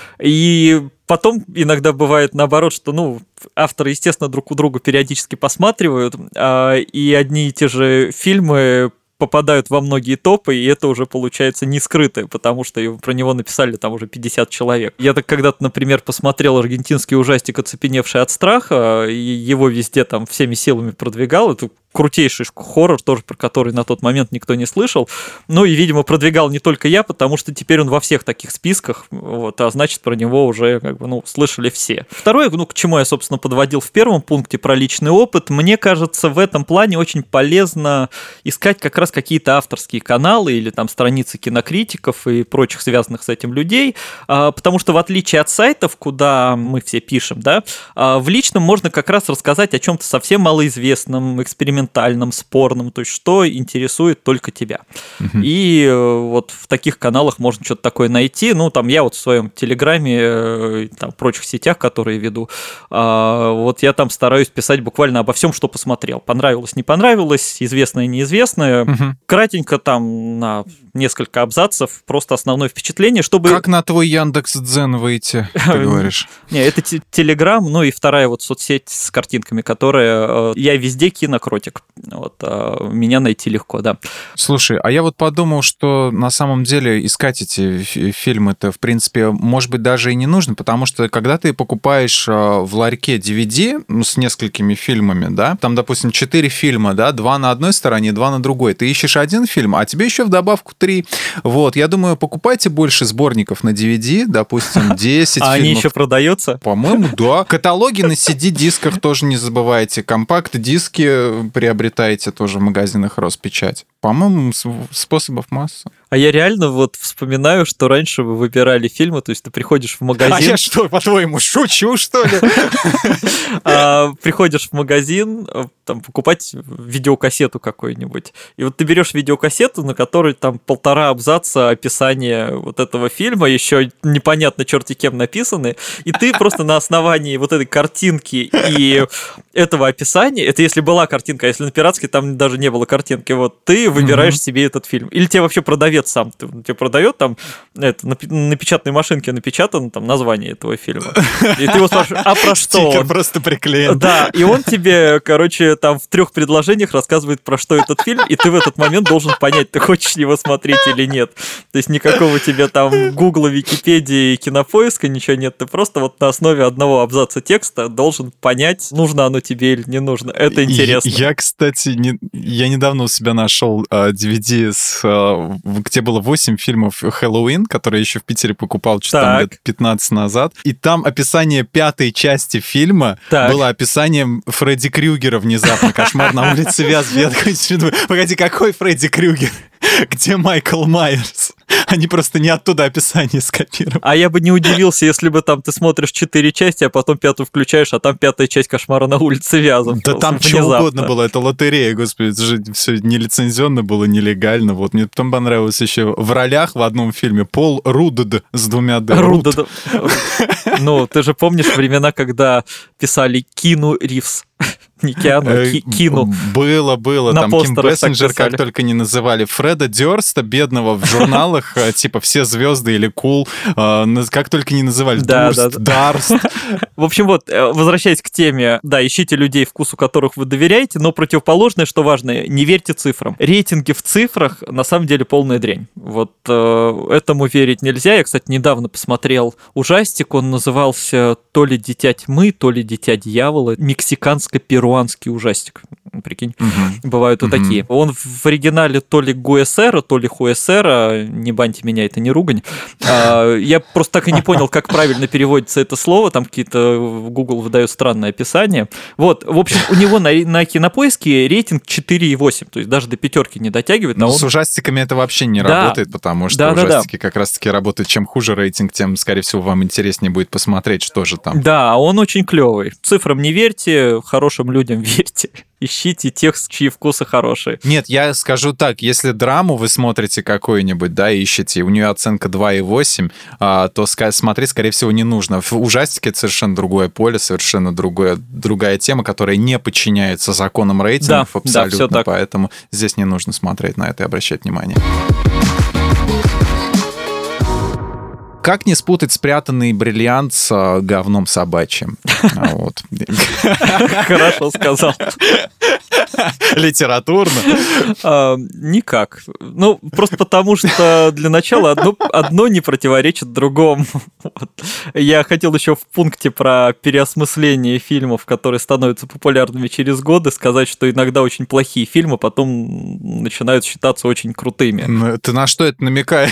Speaker 1: И потом иногда бывает наоборот, что, ну, авторы, естественно, друг у друга периодически посматривают, а, и одни и те же фильмы попадают во многие топы, и это уже получается не скрытое, потому что про него написали там уже пятьдесят человек. Я так когда-то, например, посмотрел аргентинский ужастик «Оцепеневший от страха», и его везде там всеми силами продвигал. Это крутейший хоррор, тоже про который на тот момент никто не слышал. Ну и, видимо, продвигал не только я, потому что теперь он во всех таких списках, вот, а значит, про него уже как бы, ну, слышали все. Второе, ну, к чему я, собственно, подводил в первом пункте про личный опыт, мне кажется, в этом плане очень полезно искать как раз какие-то авторские каналы или там страницы кинокритиков и прочих связанных с этим людей, потому что в отличие от сайтов, куда мы все пишем, да, в личном можно как раз рассказать о чем-то совсем малоизвестном, экспериментальном, спорном, то есть что интересует только тебя. Uh-huh. И вот в таких каналах можно что-то такое найти. Ну, там я вот в своем Телеграме, там, прочих сетях, которые веду, вот я там стараюсь писать буквально обо всем, что посмотрел. Понравилось, не понравилось, известное, неизвестное. Uh-huh. Кратенько там на несколько абзацев, просто основное впечатление, чтобы...
Speaker 2: Как на твой Яндекс.Дзен выйти, ты говоришь?
Speaker 1: Не, это Телеграм, ну и вторая вот соцсеть с картинками, которая... Я везде кинокротик. Вот, меня найти легко, да.
Speaker 2: Слушай, а я вот подумал, что на самом деле искать эти фильмы-то, в принципе, может быть, даже и не нужно, потому что когда ты покупаешь в ларьке ди ви ди, ну, с несколькими фильмами, да, там, допустим, четыре фильма, да, два на одной стороне, два на другой, ты ищешь один фильм, а тебе еще в добавку три. Вот, я думаю, покупайте больше сборников на ди ви ди, допустим, десять
Speaker 1: а
Speaker 2: фильмов.
Speaker 1: Они еще продаются?
Speaker 2: По-моему, да. Каталоги на си ди-дисках тоже не забывайте. Компакт-диски приобретайте тоже в магазинах Роспечать. По-моему, способов масса.
Speaker 1: А я реально вот вспоминаю, что раньше вы выбирали фильмы, то есть ты приходишь в магазин...
Speaker 2: А я что, по-твоему, шучу, что ли?
Speaker 1: Приходишь в магазин, там, покупать видеокассету какую-нибудь. И вот ты берешь видеокассету, на которой там полтора абзаца описания вот этого фильма, еще непонятно черти кем написаны, и ты просто на основании вот этой картинки и этого описания, это если была картинка, а если на пиратской там даже не было картинки, вот ты выбираешь mm-hmm. себе этот фильм. Или тебе вообще продавец сам, тебе продает там это, на, на печатной машинке напечатано там название этого фильма. И ты его спрашиваешь, а про что
Speaker 2: Стикер
Speaker 1: он?
Speaker 2: просто приклеен.
Speaker 1: Да, и он тебе, короче, там в трех предложениях рассказывает, про что этот фильм, и ты в этот момент должен понять, ты хочешь его смотреть или нет. То есть никакого тебе там Гугла, Википедии, Кинопоиска, ничего нет. Ты просто вот на основе одного абзаца текста должен понять, нужно оно тебе или не нужно. Это интересно.
Speaker 2: Я, кстати, не, я недавно у себя нашел uh, ди ви ди, с, uh, где было восемь фильмов «Хэллоуин», которые я еще в Питере покупал что-то там лет пятнадцать назад. И там описание пятой части фильма так. было описанием Фредди Крюгера внезапно. «Кошмар на улице Вязов». Я такой думаю, погоди, какой Фредди Крюгер? Где Майкл Майерс? Они просто не оттуда описание скопировали.
Speaker 1: А я бы не удивился, если бы там ты смотришь четыре части, а потом пятую включаешь, а там пятая часть «Кошмара на улице Вязов».
Speaker 2: Да там что угодно было, это лотерея, господи, это же все нелицензионно было, нелегально. Вот мне потом понравилось еще в ролях в одном фильме Пол Рудд с двумя «д».
Speaker 1: Рудд. Ну, ты же помнишь времена, когда писали Кину Ривз? Не Киану, а Ки- Кину.
Speaker 2: Было, было.
Speaker 1: На
Speaker 2: там Ким Бессенджер, как только не называли. Фреда Дёрста, бедного, в журналах, типа «Все звезды» или «Кул», как только не называли.
Speaker 1: Да,
Speaker 2: Дурст,
Speaker 1: да,
Speaker 2: Дарст.
Speaker 1: В общем, вот, возвращаясь к теме, да, ищите людей, вкусу которых вы доверяете, но противоположное, что важно, не верьте цифрам. Рейтинги в цифрах, на самом деле, полная дрянь. Вот э, этому верить нельзя. Я, кстати, недавно посмотрел ужастик, он назывался то ли «Дитя тьмы», то ли «Дитя дьявола», мексиканско-перуанский ужастик. Прикинь, угу. Бывают и угу. такие. Он в оригинале то ли Гуэсера, то ли Хуэсера, не баньте меня, это не ругань. Я просто так и не понял, как правильно переводится это слово, там какие-то Google выдает странное описание. Вот, в общем, у него на, на Кинопоиске рейтинг четыре и восемь, то есть даже до пятерки не дотягивает.
Speaker 2: Но
Speaker 1: он...
Speaker 2: с ужастиками это вообще не да. работает, потому что да, ужастики да, да. как раз-таки работают. Чем хуже рейтинг, тем, скорее всего, вам интереснее будет посмотреть, что же там.
Speaker 1: Да, он очень клевый. Цифрам не верьте, хорошим людям верьте. Ищите тех, чьи вкусы хорошие.
Speaker 2: Нет, я скажу так, если драму вы смотрите какую-нибудь, да, ищете, у нее оценка два и восемь, то смотреть, скорее всего, не нужно. В ужастике это совершенно другое поле, совершенно другое, другая тема, которая не подчиняется законам рейтингов да, абсолютно, да, поэтому здесь не нужно смотреть на это и обращать внимание. Как не спутать спрятанный бриллиант с говном собачьим? Вот.
Speaker 1: Хорошо сказал.
Speaker 2: Литературно?
Speaker 1: А, никак. Ну, просто потому, что для начала одно, одно не противоречит другому. Вот. Я хотел еще в пункте про переосмысление фильмов, которые становятся популярными через годы, сказать, что иногда очень плохие фильмы потом начинают считаться очень крутыми.
Speaker 2: Ну, ты на что это намекаешь?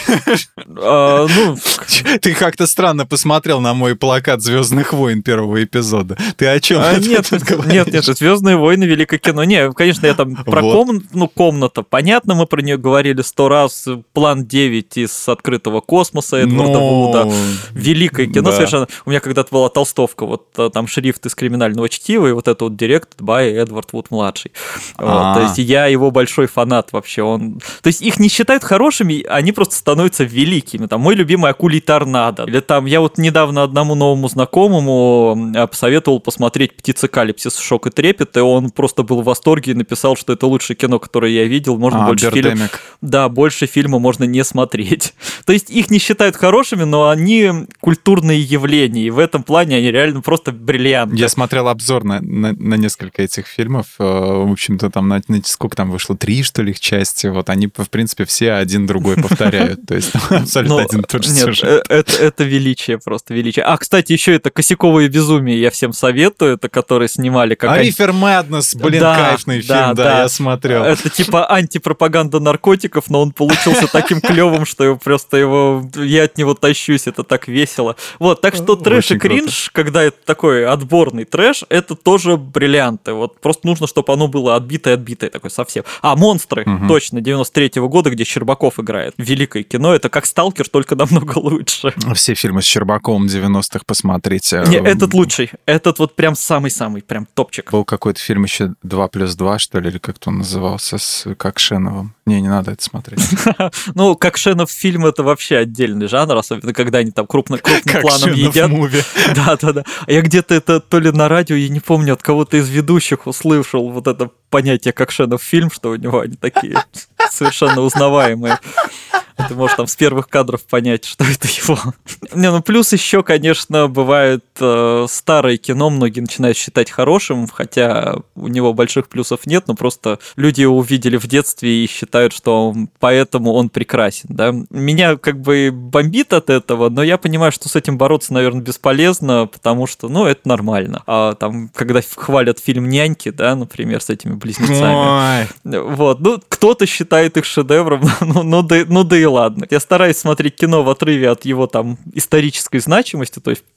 Speaker 1: А, ну...
Speaker 2: Ты как-то странно посмотрел на мой плакат «Звездных войн» первого эпизода. Ты о чем?
Speaker 1: А, нет, нет, нет, «Звездные войны», великое кино. Не, конечно, я там про вот. ком... ну, комната. Понятно, мы про нее говорили сто раз. «План девять» из «Открытого космоса» Эдварда Но... Вуда. Великое кино да. совершенно. У меня когда-то была толстовка, вот там шрифт из «Криминального чтива», и вот это вот «Directed by Эдвард Вуд-младший». Вот, то есть я его большой фанат вообще. Он... То есть их не считают хорошими, они просто становятся великими. Там мой любимый «Акулий торнадо». Или там я вот недавно одному новому знакомому посоветовал посмотреть «Птицекалипсис. Шок и трепет», и он просто был в восторге и написал, что это лучшее кино, которое я видел. Можно а, больше фильма. Да, больше фильма можно не смотреть. То есть их не считают хорошими, но они культурные явления, и в этом плане они реально просто бриллианты.
Speaker 2: Я смотрел обзор на, на, на несколько этих фильмов. В общем-то, там на, на сколько там вышло? Три, что ли, их части. Вот они, в принципе, все один другой повторяют. То есть абсолютно один и тот же сюжет.
Speaker 1: Это, это величие, просто величие. А, кстати, еще это «Косяковое безумие» я всем советую, это которые снимали как...
Speaker 2: А «Рифер Мэднесс», блин, да, кайфный фильм, да, да, да, я смотрел.
Speaker 1: Это типа антипропаганда наркотиков, но он получился таким клевым, что его просто его... я от него тащусь, это так весело. Вот, так что трэш Очень и кринж, круто. Когда это такой отборный трэш, это тоже бриллианты. Вот просто нужно, чтобы оно было отбитое-отбитое такое совсем. А «Монстры», угу. точно, девяносто третьего года, где Щербаков играет. Великое кино, это как «Сталкер», только намного лучше.
Speaker 2: Все фильмы с Щербаковым девяностых посмотрите.
Speaker 1: Не, этот лучший. Этот вот прям самый-самый, прям топчик.
Speaker 2: Был какой-то фильм еще два плюс два, что ли, или как-то он назывался, с Кокшеновым. Не, не надо это смотреть.
Speaker 1: Ну, Кокшенов фильм — это вообще отдельный жанр, особенно когда они там крупным планом едят. Да-да-да. Я где-то это то ли на радио, я не помню, от кого-то из ведущих услышал вот это понятие Кокшенов фильм, что у него они такие совершенно узнаваемые. Ты можешь там с первых кадров понять, что это его. Не, ну плюс еще, конечно, бывает э, старое кино, многие начинают считать хорошим, хотя у него больших плюсов нет, но просто люди его увидели в детстве и считают, что он, поэтому он прекрасен, да. Меня как бы бомбит от этого, но я понимаю, что с этим бороться, наверное, бесполезно, потому что, ну, это нормально. А там, когда хвалят фильм «Няньки», да, например, с этими близнецами. Ой. Вот, ну, кто-то считает их шедевром, ну, ну, да, ну да и ладно. Я стараюсь смотреть кино в отрыве от его там исторической значимости, то есть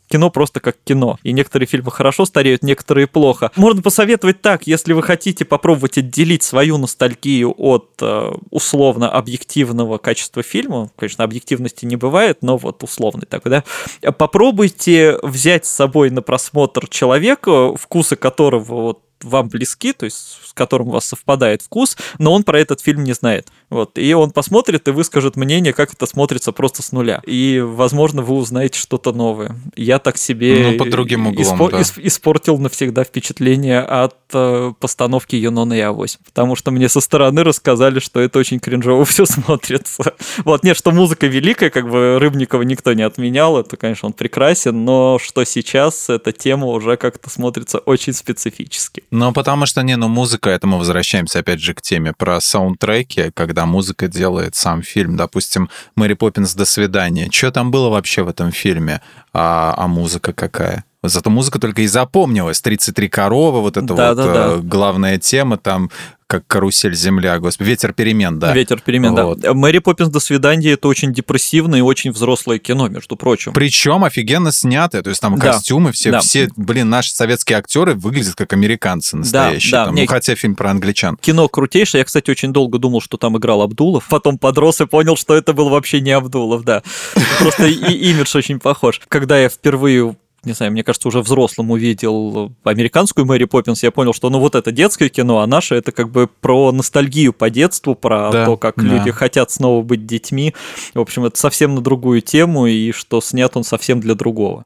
Speaker 1: кино просто как кино. И некоторые фильмы хорошо стареют, некоторые плохо. Можно посоветовать так, если вы хотите попробовать отделить свою ностальгию от э, условно объективного качества фильма, конечно, объективности не бывает, но вот условный такой, да, попробуйте взять с собой на просмотр человека, вкусы которого вот вам близки, то есть с которым у вас совпадает вкус, но он про этот фильм не знает. Вот. И он посмотрит и выскажет мнение, как это смотрится просто с нуля. И, возможно, вы узнаете что-то новое. Я так себе
Speaker 2: ну, под другим углом,
Speaker 1: испор-
Speaker 2: да.
Speaker 1: испортил навсегда впечатление от э, постановки «Юнона и А восемь», потому что мне со стороны рассказали, что это очень кринжово все смотрится. Вот, нет, что музыка великая, как бы Рыбникова никто не отменял, это, конечно, он прекрасен, но что сейчас эта тема уже как-то смотрится очень специфически.
Speaker 2: Ну, потому что, не, ну, музыка, это мы возвращаемся опять же к теме про саундтреки, когда музыка делает сам фильм. Допустим, «Мэри Поппинс. До свидания». Что там было вообще в этом фильме? А, а музыка какая? Зато музыка только и запомнилась. тридцать три коровы, вот это
Speaker 1: да,
Speaker 2: вот
Speaker 1: да, да.
Speaker 2: главная тема, там, как «Карусель земля», господи, «Ветер перемен», да.
Speaker 1: «Ветер перемен», вот. Да. «Мэри Поппинс. До свидания» — это очень депрессивное и очень взрослое кино, между прочим.
Speaker 2: Причем офигенно снятое, то есть там
Speaker 1: да.
Speaker 2: костюмы, все,
Speaker 1: да.
Speaker 2: все, блин, наши советские актеры выглядят как американцы настоящие.
Speaker 1: Да, да.
Speaker 2: Там,
Speaker 1: Мне...
Speaker 2: ну, хотя фильм про англичан.
Speaker 1: Кино крутейшее. Я, кстати, очень долго думал, что там играл Абдулов. Потом подрос и понял, что это был вообще не Абдулов, да. Просто имидж очень похож. Когда я впервые... не знаю, мне кажется, уже взрослым увидел американскую Мэри Поппинс, я понял, что ну вот это детское кино, а наше это как бы про ностальгию по детству, про да, то, как да. люди хотят снова быть детьми. В общем, это совсем на другую тему, и что снят он совсем для другого.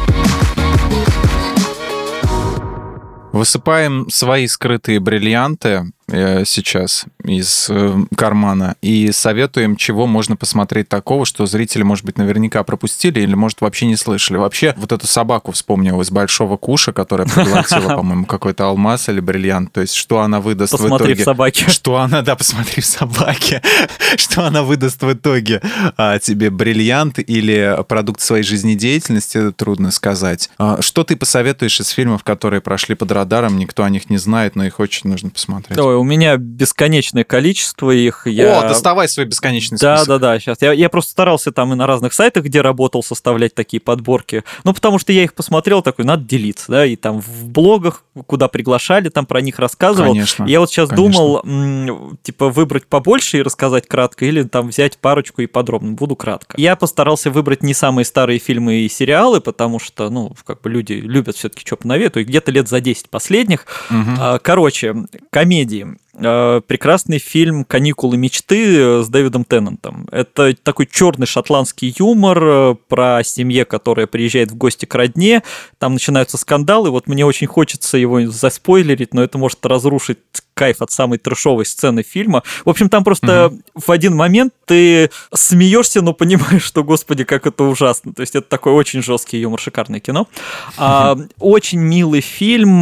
Speaker 2: Высыпаем свои скрытые бриллианты сейчас из кармана и советуем, чего можно посмотреть такого, что зрители, может быть, наверняка пропустили или, может, вообще не слышали. Вообще, вот эту собаку вспомнил из «Большого куша», которая проглотила, по-моему, какой-то алмаз или бриллиант. То есть, что она выдаст
Speaker 1: посмотри
Speaker 2: в итоге...
Speaker 1: Посмотри в собаке.
Speaker 2: Что она, да, посмотри в собаке. Что она выдаст в итоге а, тебе, бриллиант или продукт своей жизнедеятельности, трудно сказать. А, что ты посоветуешь из фильмов, которые прошли под радаром, никто о них не знает, но их очень нужно посмотреть?
Speaker 1: Ой, у меня бесконечное количество их. Я...
Speaker 2: О, доставай свой бесконечный
Speaker 1: да,
Speaker 2: список.
Speaker 1: Да, да, да, сейчас. Я, я просто старался там и на разных сайтах, где работал, составлять такие подборки. Ну, потому что я их посмотрел, такой, надо делиться, да, и там в блогах, куда приглашали, там про них рассказывал.
Speaker 2: Конечно,
Speaker 1: я вот сейчас
Speaker 2: конечно.
Speaker 1: думал, м- типа, выбрать побольше и рассказать кратко, или там взять парочку и подробно. Буду кратко. Я постарался выбрать не самые старые фильмы и сериалы, потому что, ну, как бы люди любят все-таки что поновее, где-то лет за десять последних. Угу. Короче, комедии. Прекрасный фильм «Каникулы мечты» с Дэвидом Теннантом. Это такой черный шотландский юмор про семью, которая приезжает в гости к родне. Там начинаются скандалы. Вот мне очень хочется его заспойлерить, но это может разрушить кайф от самой трэшовой сцены фильма. В общем, там просто угу. в один момент ты смеешься, но понимаешь, что, господи, как это ужасно. То есть это такой очень жесткий юмор, шикарное кино. А, очень милый фильм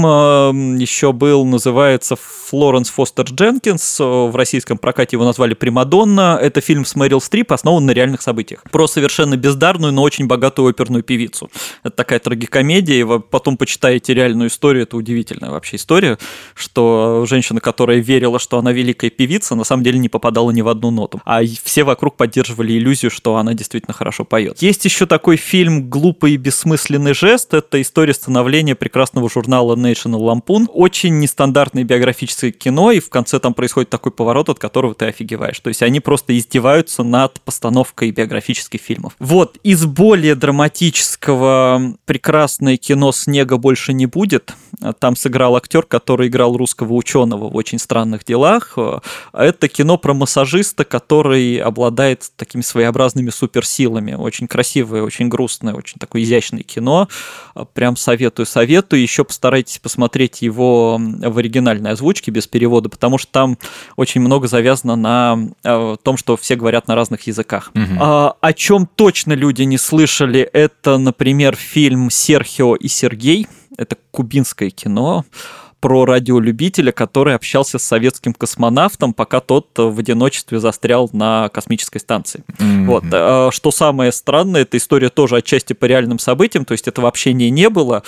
Speaker 1: еще был, называется «Флоренс Фостер Дженкинс». В российском прокате его назвали «Примадонна». Это фильм с Мэрил Стрип, основан на реальных событиях. Про совершенно бездарную, но очень богатую оперную певицу. Это такая трагикомедия, и вы потом почитаете реальную историю. Это удивительная вообще история, что женщина, которая верила, что она великая певица, на самом деле не попадала ни в одну ноту. А все вокруг поддерживали иллюзию, что она действительно хорошо поет. Есть еще такой фильм «Глупый и бессмысленный жест». Это история становления прекрасного журнала National Lampoon. Очень нестандартное биографическое кино, и в конце там происходит такой поворот, от которого ты офигеваешь. То есть они просто издеваются над постановкой биографических фильмов. Вот, из более драматического прекрасное кино «Снега больше не будет». Там сыграл актер, который играл русского ученого в «Очень странных делах». Это кино про массажиста, который обладает такими своеобразными суперсилами. Очень красивое, очень грустное, очень такое изящное кино. Прям советую, советую. Еще постарайтесь посмотреть его в оригинальной озвучке без перевода, потому что там очень много завязано на том, что все говорят на разных языках. Угу. А, о чем точно люди не слышали, это, например, фильм «Серхио и Сергей». Это кубинское кино про радиолюбителя, который общался с советским космонавтом, пока тот в одиночестве застрял на космической станции. Mm-hmm. Вот. Что самое странное, эта история тоже отчасти по реальным событиям, то есть этого общения не было,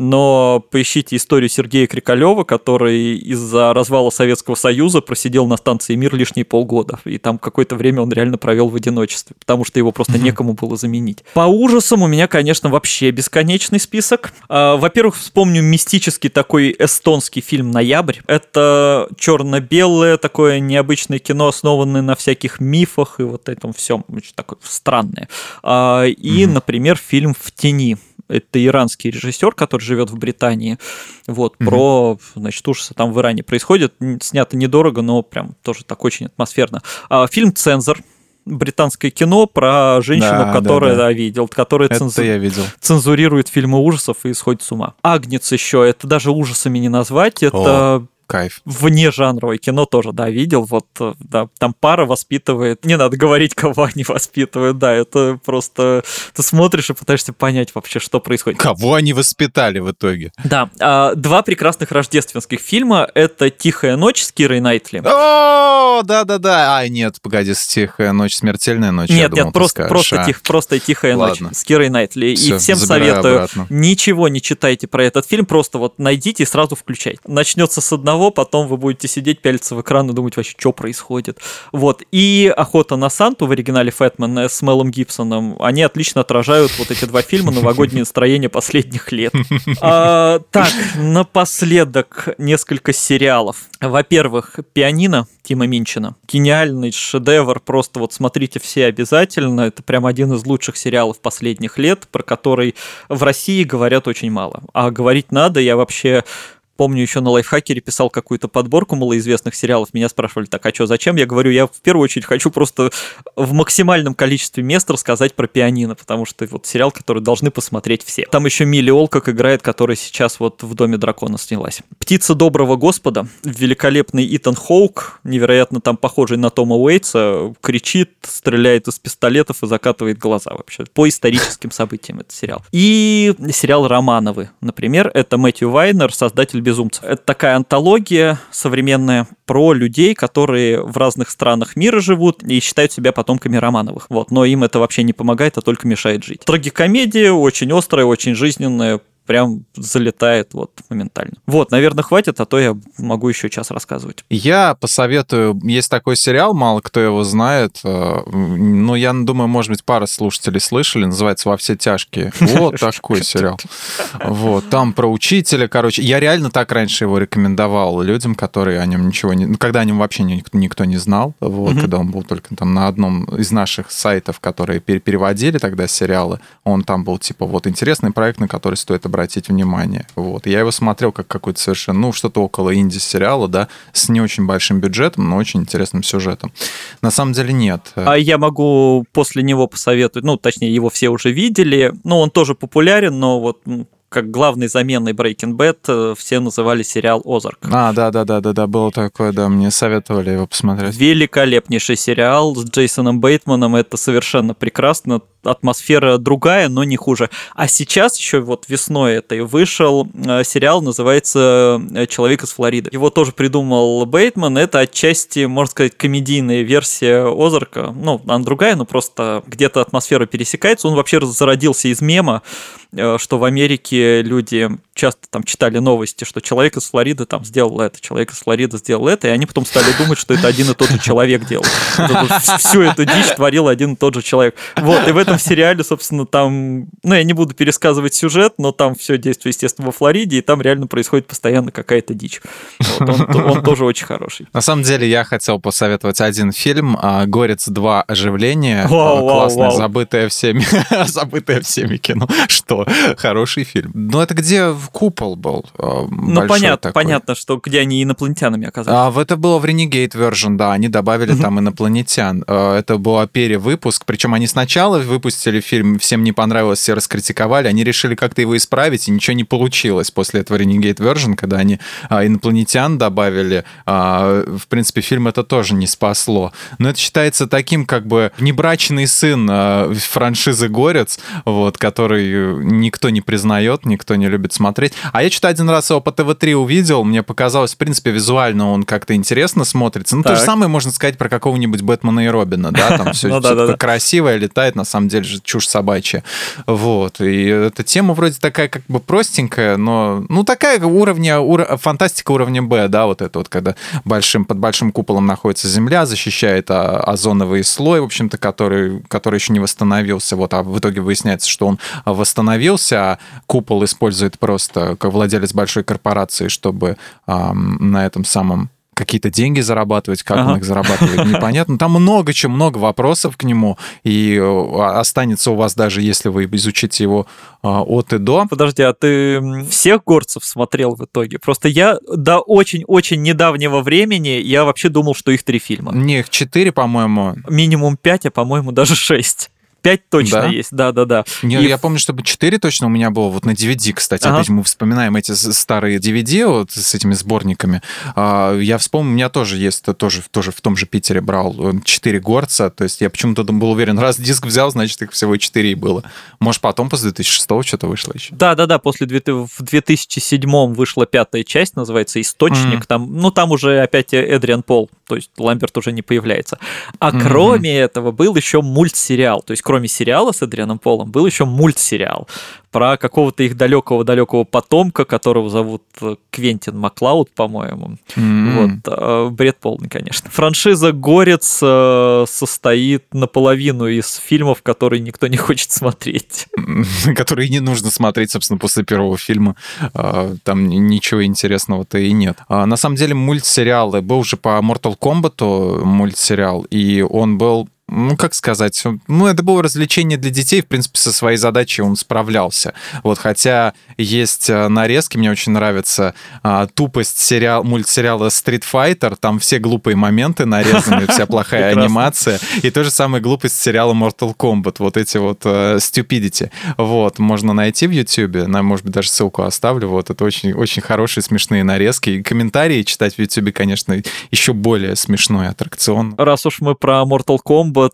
Speaker 1: но поищите историю Сергея Крикалева, который из-за развала Советского Союза просидел на станции «Мир» лишние полгода, и там какое-то время он реально провел в одиночестве, потому что его просто mm-hmm. некому было заменить. По ужасам у меня, конечно, вообще бесконечный список. Во-первых, вспомню мистический такой эстонский фильм «Ноябрь». Это черно-белое такое необычное кино, основанное на всяких мифах и вот этом всем, очень такое странное. И, mm-hmm. например, фильм «В тени». Это иранский режиссер, который живет в Британии. Вот, mm-hmm. про, значит, ужасы там в Иране происходят. Снято недорого, но прям тоже так очень атмосферно. Фильм «Цензор». Британское кино про женщину, да, которая, да, да. Да, видел, которая цензу... видел. цензурирует фильмы ужасов и сходит с ума. «Агнец» еще, это даже ужасами не назвать, это... О. Кайф. Внежанровое кино тоже, да, видел. Вот, да, там пара воспитывает. Не надо говорить, кого они воспитывают, да, это просто ты смотришь и пытаешься понять вообще, что происходит.
Speaker 2: Кого они воспитали в итоге?
Speaker 1: Да, а, два прекрасных рождественских фильма. Это «Тихая ночь» с Кирой Найтли.
Speaker 2: О, да-да-да. А, нет, погоди, «Тихая ночь», «Смертельная ночь».
Speaker 1: Нет, думал, нет, просто, просто, тих, просто «Тихая Ладно. ночь» с Кирой Найтли. Все, и всем советую, обратно. Ничего не читайте про этот фильм, просто вот найдите и сразу включайте. Начнется с одного, потом вы будете сидеть, пялиться в экран и думать вообще, что происходит. Вот. И «Охота на Санту» в оригинале Фэтмен с Мелом Гибсоном, они отлично отражают вот эти два фильма, новогоднее настроение последних лет. А, так, напоследок несколько сериалов. Во-первых, «Пианино» Тима Минчина. Гениальный шедевр, просто вот смотрите все обязательно. Это прям один из лучших сериалов последних лет, про который в России говорят очень мало. А говорить надо, я вообще... Помню, еще на Лайфхакере писал какую-то подборку малоизвестных сериалов. Меня спрашивали, так, а что, зачем? Я говорю, я в первую очередь хочу просто в максимальном количестве мест рассказать про «Пианино», потому что вот сериал, который должны посмотреть все. Там еще Милли Олкок играет, которая сейчас вот в «Доме дракона» снялась. «Птица доброго Господа». Великолепный Итан Хоук, невероятно там похожий на Тома Уэйтса, кричит, стреляет из пистолетов и закатывает глаза вообще. По историческим событиям этот сериал. И сериал «Романовы», например, это Мэтью Вайнер, создатель «Безумцев». Это такая антология современная про людей, которые в разных странах мира живут и считают себя потомками Романовых. Вот. Но им это вообще не помогает, а только мешает жить. Трагикомедия, очень острая, очень жизненная, прям залетает вот моментально. Вот, наверное, хватит, а то я могу еще час рассказывать.
Speaker 2: Я посоветую, есть такой сериал, мало кто его знает, но я думаю, может быть, пара слушателей слышали, называется «Во все тяжкие». Вот такой сериал. Вот, там про учителя, короче. Я реально так раньше его рекомендовал людям, которые о нем ничего не... Ну, когда о нем вообще никто, никто не знал, вот, когда он был только там на одном из наших сайтов, которые переводили тогда сериалы, он там был типа вот интересный проект, на который стоит обратить внимание. Вот. Я его смотрел как какой-то совершенно, ну, что-то около инди-сериала, да, с не очень большим бюджетом, но очень интересным сюжетом. На самом деле нет.
Speaker 1: А я могу после него посоветовать, ну, точнее, его все уже видели, ну, он тоже популярен, но вот... как главной заменой Breaking Bad все называли сериал «Озарк».
Speaker 2: А, да-да-да-да, было такое, да, мне советовали его посмотреть.
Speaker 1: Великолепнейший сериал с Джейсоном Бейтманом, это совершенно прекрасно, атмосфера другая, но не хуже. А сейчас еще вот весной этой вышел сериал, называется «Человек из Флориды». Его тоже придумал Бейтман, это отчасти, можно сказать, комедийная версия «Озарка». Ну, она другая, но просто где-то атмосфера пересекается. Он вообще зародился из мема, что в Америке люди часто там читали новости, что человек из Флориды там сделал это, человек из Флориды сделал это, и они потом стали думать, что это один и тот же человек делал. Всю эту дичь творил один и тот же человек. Вот, и в этом сериале, собственно, там, ну, я не буду пересказывать сюжет, но там все действие, естественно, во Флориде, и там реально происходит постоянно какая-то дичь. Вот, он, он тоже очень хороший.
Speaker 2: На самом деле, я хотел посоветовать один фильм «Горец два. Оживление».
Speaker 1: Вау,
Speaker 2: Классное,
Speaker 1: вау, вау.
Speaker 2: забытое всеми, забытое всеми кино. Что? Хороший фильм. Ну, это где купол был.
Speaker 1: Ну, понятно, такой. Понятно, что где они инопланетянами оказались.
Speaker 2: А, это было в Renegade Version, да, они добавили там инопланетян. Это был перевыпуск, причем они сначала выпустили фильм, всем не понравилось, все раскритиковали, они решили как-то его исправить, и ничего не получилось после этого Renegade Version, когда они а, инопланетян добавили. А, в принципе, фильм это тоже не спасло. Но это считается таким, как бы, внебрачный сын а, франшизы «Горец», вот, который никто не признает, вот, никто не любит смотреть. А я что-то один раз его по тэ вэ три увидел, мне показалось, в принципе, визуально он как-то интересно смотрится. Ну, так. То же самое можно сказать про какого-нибудь Бэтмена и Робина, да, там все такое красивое, летает, на самом деле же чушь собачья. Вот, и эта тема вроде такая как бы простенькая, но, ну, такая уровня, ур... фантастика уровня Б, да, вот это вот, когда большим, под большим куполом находится Земля, защищает озоновый слой, в общем-то, который, который еще не восстановился, вот, а в итоге выясняется, что он восстановился, а купол использует просто как владелец большой корпорации, чтобы эм, на этом самом какие-то деньги зарабатывать, как ага. он их зарабатывает, непонятно. Там много чего, много вопросов к нему, и останется у вас, даже если вы изучите его от и до.
Speaker 1: Подожди, а ты всех горцев смотрел в итоге? Просто я до очень-очень недавнего времени я вообще думал, что их три фильма.
Speaker 2: Не, их четыре, по-моему.
Speaker 1: Минимум пять, а, по-моему, даже шесть. Пять точно да? есть, да-да-да.
Speaker 2: Не, и... Я помню, чтобы четыре точно у меня было, вот на ди ви ди, кстати, ага. опять мы вспоминаем эти старые ди ви ди вот с этими сборниками. Я вспомнил, у меня тоже есть, тоже, тоже в том же Питере брал четыре горца, то есть я почему-то был уверен, раз диск взял, значит, их всего четыре и было. Может, потом после две тысячи шестого что-то вышло еще?
Speaker 1: Да-да-да, после в две тысячи седьмом вышла пятая часть, называется «Источник», mm-hmm. там, ну, там уже опять Эдриан Пол, то есть Ламберт уже не появляется. А mm-hmm. кроме этого был еще мультсериал, то есть кроме сериала с Эдрианом Полом был еще мультсериал про какого-то их далекого-далекого потомка, которого зовут Квентин Маклауд, по-моему. Mm-hmm. Вот. Бред полный, конечно. Франшиза «Горец» состоит наполовину из фильмов, которые никто не хочет смотреть.
Speaker 2: Которые не нужно смотреть, собственно, после первого фильма. Там ничего интересного-то и нет. На самом деле мультсериалы. Был же по Mortal Kombat мультсериал, и он был... Ну, как сказать, ну, это было развлечение для детей, в принципе, со своей задачей он справлялся. Вот, хотя есть нарезки, мне очень нравится а, тупость сериал, мультсериала Street Fighter, там все глупые моменты нарезаны, вся плохая анимация, и то же самое глупость сериала Mortal Kombat, вот эти вот uh, stupidity. Вот, можно найти в YouTube, может быть, даже ссылку оставлю, вот, это очень, очень хорошие, смешные нарезки, и комментарии читать в YouTube, конечно, еще более смешной аттракцион.
Speaker 1: Раз уж мы про Mortal Kombat,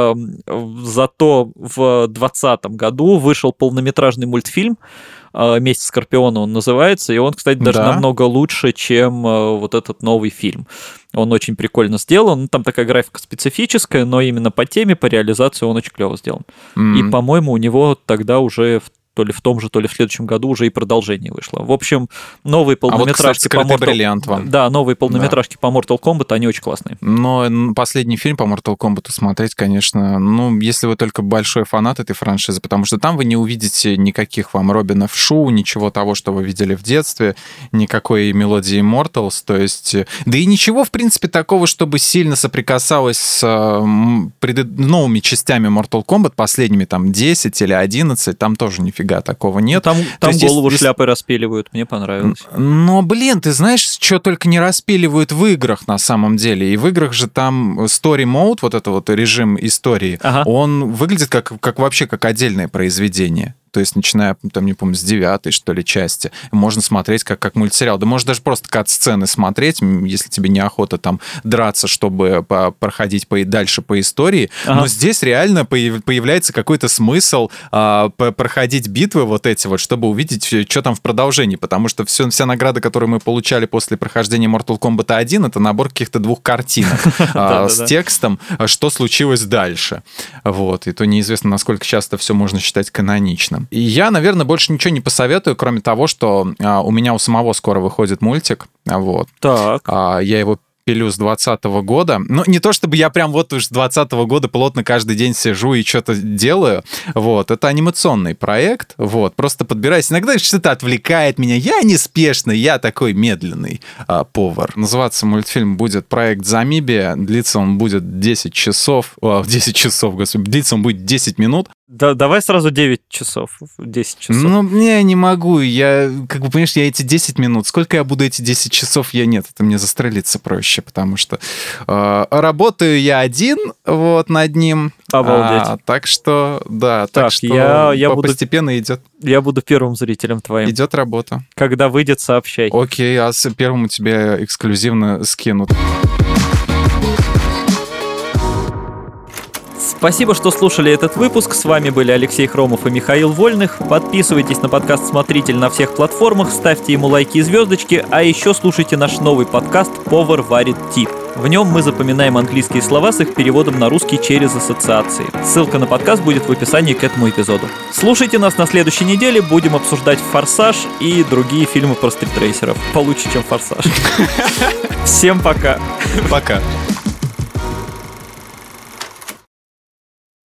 Speaker 1: зато в двадцатом году вышел полнометражный мультфильм «Месть Скорпиона» он называется, и он, кстати, даже да? намного лучше, чем вот этот новый фильм. Он очень прикольно сделан, там такая графика специфическая, но именно по теме, по реализации он очень клево сделан. Mm-hmm. И, по-моему, у него тогда уже в то ли в том же, то ли в следующем году уже и продолжение вышло. В общем, новые полнометражки а вот, кстати, по Mortal... Да, новые полнометражки да. по Mortal Kombat, они очень классные.
Speaker 2: Но последний фильм по Mortal Kombat смотреть, конечно, ну, если вы только большой фанат этой франшизы, потому что там вы не увидите никаких вам Робинов Шу, ничего того, что вы видели в детстве, никакой мелодии Immortals, то есть... Да и ничего, в принципе, такого, чтобы сильно соприкасалось с пред... новыми частями Mortal Kombat, последними там десять или одиннадцать, там тоже нифига такого нет.
Speaker 1: Там, там голову есть, шляпой распиливают, мне понравилось.
Speaker 2: Но, блин, ты знаешь, что только не распиливают в играх на самом деле. И в играх же там story mode, вот это вот режим истории, ага. он выглядит как, как вообще как отдельное произведение. То есть, начиная, там, не помню, с девятой, что ли, части, можно смотреть как, как мультсериал. Да можешь даже просто кат-сцены смотреть, если тебе неохота там драться, чтобы проходить по, дальше по истории. Ага. Но здесь реально появляется какой-то смысл а, проходить битвы вот эти вот, чтобы увидеть, что там в продолжении. Потому что все, вся награда, которую мы получали после прохождения Mortal Kombat один, это набор каких-то двух картинок с текстом, что случилось дальше. Вот. И то неизвестно, насколько часто все можно считать каноничным. И я, наверное, больше ничего не посоветую, кроме того, что а, у меня у самого скоро выходит мультик. Вот.
Speaker 1: Так.
Speaker 2: А, я его пилю с двадцатого года. Ну, не то чтобы я прям вот уж с двадцатого года плотно каждый день сижу и что-то делаю. Вот. Это анимационный проект. Вот. Просто подбираюсь. Иногда что-то отвлекает меня. Я неспешный, я такой медленный а, повар. Называться мультфильм будет «Проект Замибия». Длится он будет десять часов. О, десять часов, господи. Длится он будет десять минут.
Speaker 1: Да, давай сразу девять часов, десять часов.
Speaker 2: Ну, не, не могу. Я, как бы, понимаешь, я эти десять минут, сколько я буду эти десять часов, я нет, это мне застрелиться проще, потому что э, работаю я один вот над ним.
Speaker 1: Обалдеть.
Speaker 2: А, так что, да, так, так что
Speaker 1: я, я
Speaker 2: постепенно
Speaker 1: буду,
Speaker 2: идет.
Speaker 1: Я буду первым зрителем твоим.
Speaker 2: Идет работа.
Speaker 1: Когда выйдет, сообщай.
Speaker 2: Окей, а с первым тебе эксклюзивно скинут.
Speaker 1: Спасибо, что слушали этот выпуск. С вами были Алексей Хромов и Михаил Вольных. Подписывайтесь на подкаст «Смотритель» на всех платформах, ставьте ему лайки и звездочки, а еще слушайте наш новый подкаст «Повар варит тип». В нем мы запоминаем английские слова с их переводом на русский через ассоциации. Ссылка на подкаст будет в описании к этому эпизоду. Слушайте нас на следующей неделе, будем обсуждать «Форсаж» и другие фильмы про стритрейсеров. Получше, чем «Форсаж». Всем пока.
Speaker 2: Пока.